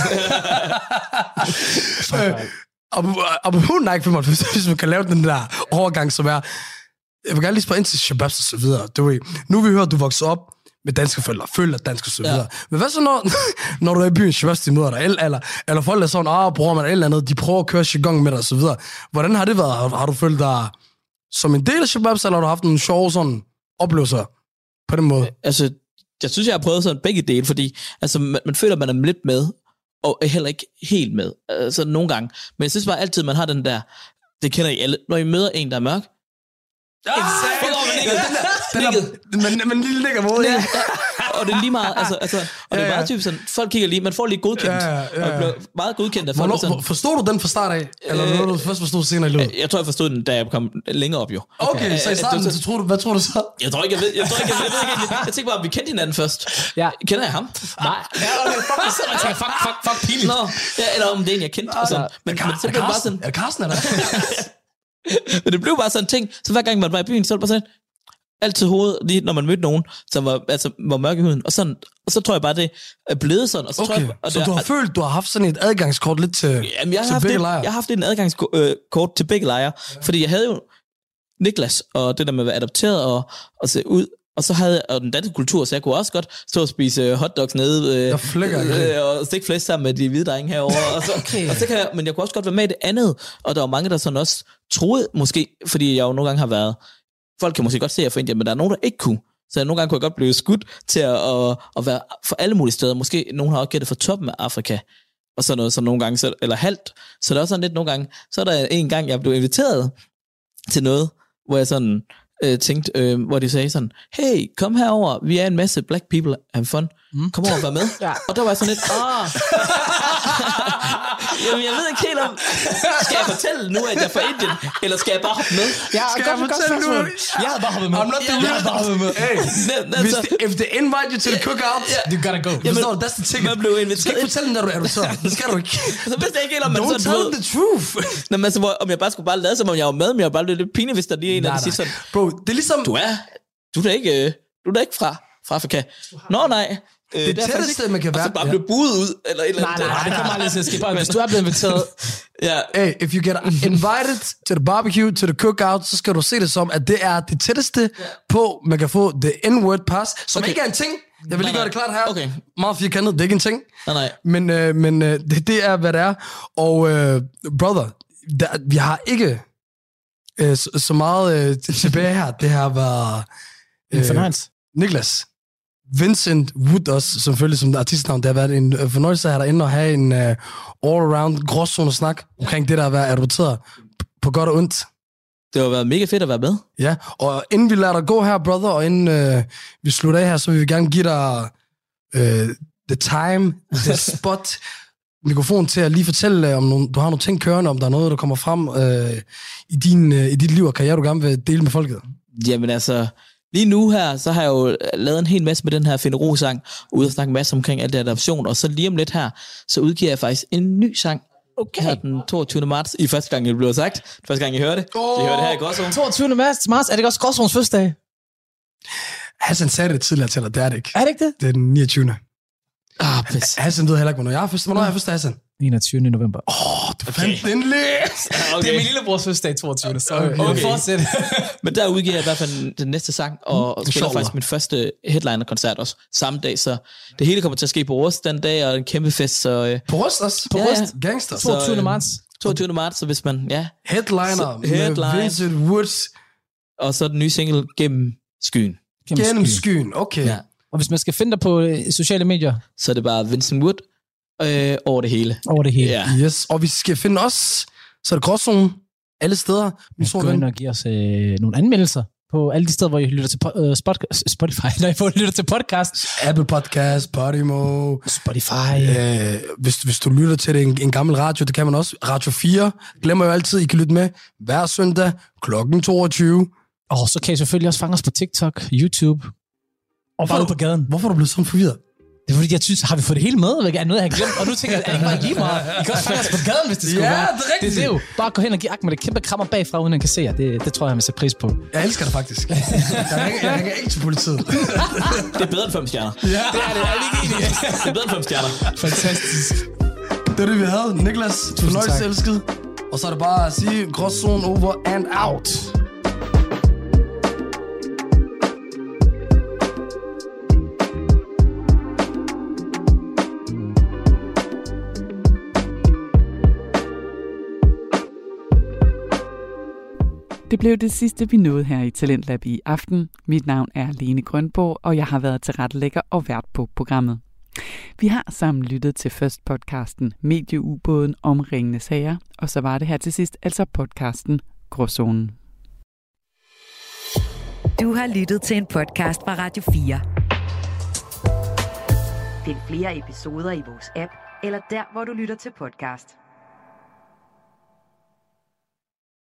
Og på Nike femoghalvfems, hvis man kan lave den der overgang, som er... Jeg vil gerne lige spørge ind til Shababs og så videre. Du ved, nu har vi hørt, at du voksede op med danske forældre, følger dansk og så videre. Ja. Men hvad så, når, når du er i byen, Shababs, de møder dig, eller, eller folk er sådan, ah, bruger man et eller andet, de prøver at køre Qigong med dig og så videre. Hvordan har det været? Har, har du følt dig som en del af Shababs, eller har du haft nogle sjove sådan oplevelser på den måde? Altså, jeg synes, jeg har prøvet sådan begge dele, fordi altså, man, man føler, man er lidt med, og er heller ikke helt med. Altså, nogle gange. Men jeg synes bare altid, man har den der, det kender I alle, når I møder en, der er mørk. Ja, men men lille nigger mod ja, ja. Og det er lige meget, altså, altså og det er meget typisk sådan, folk kigger lige, man får lige godkendt, ja, ja, ja. og bliver meget godkendt af folk. Hvornår, sådan, forstod du den fra start af, eller øh, du først forstod senere i løbet? Jeg tror, jeg forstod den, da jeg kom længere op, jo. Okay, okay så i starten, så tror du, hvad tror du så? Jeg tror ikke, jeg ved, jeg tror ikke, jeg ved, jeg, ved, jeg, jeg tænker bare, om vi kendte hinanden først. Ja. Kender jeg ham? Nej. Ja, okay, fuck, fuck, fuck, fuck, pinligt. Nå, ja, eller om det er en, jeg kendte. Og sådan. Men, men så blev det bare sådan... Er Carsten, er der? Men det blev bare sådan en ting, så hver gang man var i byen, så var det bare sådan, altid hovedet, lige når man mødte nogen, som var, altså, var mørk i huden, og, sådan, og så tror jeg bare, det er blevet sådan. Og så, okay, tror jeg, og så der, du har følt, du har haft sådan et adgangskort lidt til, jamen, jeg til haft begge et, lejre? Jeg har haft en adgangskort til begge lejre, ja. Fordi jeg havde jo Niklas, og det der med at være adopteret og, og se ud, og så havde jeg og den danske kultur, så jeg kunne også godt stå og spise hotdogs nede, øh, flækker, øh, og stikke flæsk sammen med de hvide drenge herovre. Og så, okay. og så kan jeg, men jeg kunne også godt være med i det andet, og der var mange, der sådan også troede, måske, fordi jeg jo nogle gange har været, folk kan måske godt se, at jeg er fra Indien, men der er nogen, der ikke kunne. Så jeg nogle gange kunne jeg godt blive skudt til at, at, at være for alle mulige steder. Måske nogen har også gættet fra toppen af Afrika, og sådan noget, så nogle gange, så, eller halvt. Så der er også sådan lidt nogle gange, så er der en gang, jeg blev inviteret til noget, hvor jeg sådan øh, tænkte, øh, hvor de sagde sådan, hey, kom herover, vi er en masse black people, have fun. Mm. Kom over og vær med. Ja. Og der var jeg sådan lidt, åh. Jamen, jeg ved ikke helt om, skal jeg fortælle nu, at jeg er fra Indien, eller skal jeg bare hoppe med? Ja, skal jeg fortælle nu? Jeg havde bare hoppet med. I'm not the jeg havde bare hoppet med. Hey, hvis de, if they invite you to the cookout, yeah. you gotta go. Jamen, forstår, that's the ticket. Man blev inviteret. Du skal ikke fortælle dem, når du er du så. Det skal du ikke. Så vidste jeg ikke helt, om man Don't sådan, tell the truth. Nå, men altså, om jeg bare skulle bare lade, som om jeg var med, men jeg var bare lidt pinligt, hvis der lige er en, der siger sådan, bro, det er ligesom... Du er, du er da ikke, du er da ikke fra, fra Afrika. Nå, nej. Det, det tætteste, man kan være... Og så bare blive buet ud, eller et eller andet. Nej, nej, det kommer aldrig til at ske. Hvis du er blevet inviteret... Ja. Hey, if you get invited to the barbecue, to the cookout, så skal du se det som, at det er det tætteste yeah. på, man kan få the N-word pass, som okay. ikke er en ting. Jeg vil lige gøre det klart her. Okay. Meget firkantet, det er ikke en ting. Nej, nej. Men, øh, men øh, det, det er, hvad det er. Og øh, brother, der, vi har ikke øh, så, så meget øh, tilbage her. Det har været... Øh, fornøjelse. Niklas. Vincent Wood også, selvfølgelig som artistnavn. Det har været en fornøjelse her derinde at have en uh, all-around gråzone snak omkring det, der har været adopteret på godt og ondt. Det har været mega fedt at være med. Ja, og inden vi lader dig gå her, brother, og inden uh, vi slutter af her, så vil vi gerne give dig uh, the time, the spot, mikrofon til at lige fortælle, om nogle, du har nogle ting kørende, om der er noget, der kommer frem uh, i, din, uh, i dit liv og karriere, du gerne vil dele med folket. Jamen altså... Lige nu her, så har jeg jo lavet en hel masse med den her Finde Ro-sang, og ude og snakke en masse omkring alt det adoption, og så lige om lidt her, så udgiver jeg faktisk en ny sang, okay. Her den toogtyvende marts, i første gang, det blev sagt, første gang, I hørte det. Oh. I hørte det her i Gråzone. toogtyvende marts, er det også Gråzones fødselsdag? Hassan sagde det tidligere til dig, det er det ikke. Er det ikke det? Det er den niogtyvende Ah, pis. Hassan ved heller ikke, hvornår jeg er fødselsdag. Hvornår er jeg fødselsdag, Hassan? enogtyvende november. Åh, oh, du fandt den lidt. Okay. Det er min lillebrors fødselsdag, toogtyvende Så okay. okay. Fortsæt. Men der udgiver jeg i hvert fald den næste sang, og, og spiller faktisk min første headliner-koncert også, samme dag, så det hele kommer til at ske på Rust den dag, og en kæmpe fest, så... På Rust også? På ja, Rust? Ja. Gangster. toogtyvende marts toogtyvende marts, så hvis man, ja... Headliner så, med headline, Vincent Woods. Og så den nye single, Gennem skyen. Gennem, Gennem skyen, okay. Ja. Og hvis man skal finde dig på sociale medier? Så er det bare Vincent Wood, Øh, over det hele. Over det hele. Ja. Yes, og vi skal finde os, så er det Gråzone alle steder. Vi skal gå ind og give os øh, nogle anmeldelser på alle de steder, hvor I lytter til po- uh, spot- Spotify. Når I lytter til podcast. Apple Podcast, Podimo. Spotify. Øh, hvis, hvis du lytter til det, en, en gammel radio, det kan man også. Radio fire. Glemmer jo altid, I kan lytte med hver søndag klokken toogtyve. Og så kan I selvfølgelig også fange os på TikTok, YouTube. Og bare ud på gaden. Hvorfor er du blevet sådan forvirret? Det er fordi, jeg synes, har vi fået det hele med? Er det noget, jeg har glemt? Og nu tænker jeg, er det ikke bare lige meget? I kan også fange os på gaden, hvis det skulle Ja, være. det er rigtigt. Det er jo. Bare gå hen og give Ahmed et kæmpe krammer bagfra, uden han kan se jer. Det, det tror jeg, han vil sætte pris på. Jeg elsker det faktisk. Jeg ringer, jeg ringer ikke til politiet. Det er bedre end fem stjerner. Ja. Det er det, jeg er lige enig. Det er bedre end fem stjerner. Fantastisk. Det er det, vi havde. Niklas, fornøjelse elsket. Og så er det bare at sige, gråzone over and out. Det blev det sidste, vi nåede her i Talentlab i aften. Mit navn er Lene Grønborg, og jeg har været tilrettelægger og vært på programmet. Vi har sammen lyttet til først podcasten Medieubåden om ringende sager, og så var det her til sidst altså podcasten Gråzonen. Du har lyttet til en podcast fra Radio fire. Find flere episoder i vores app, eller der, hvor du lytter til podcast.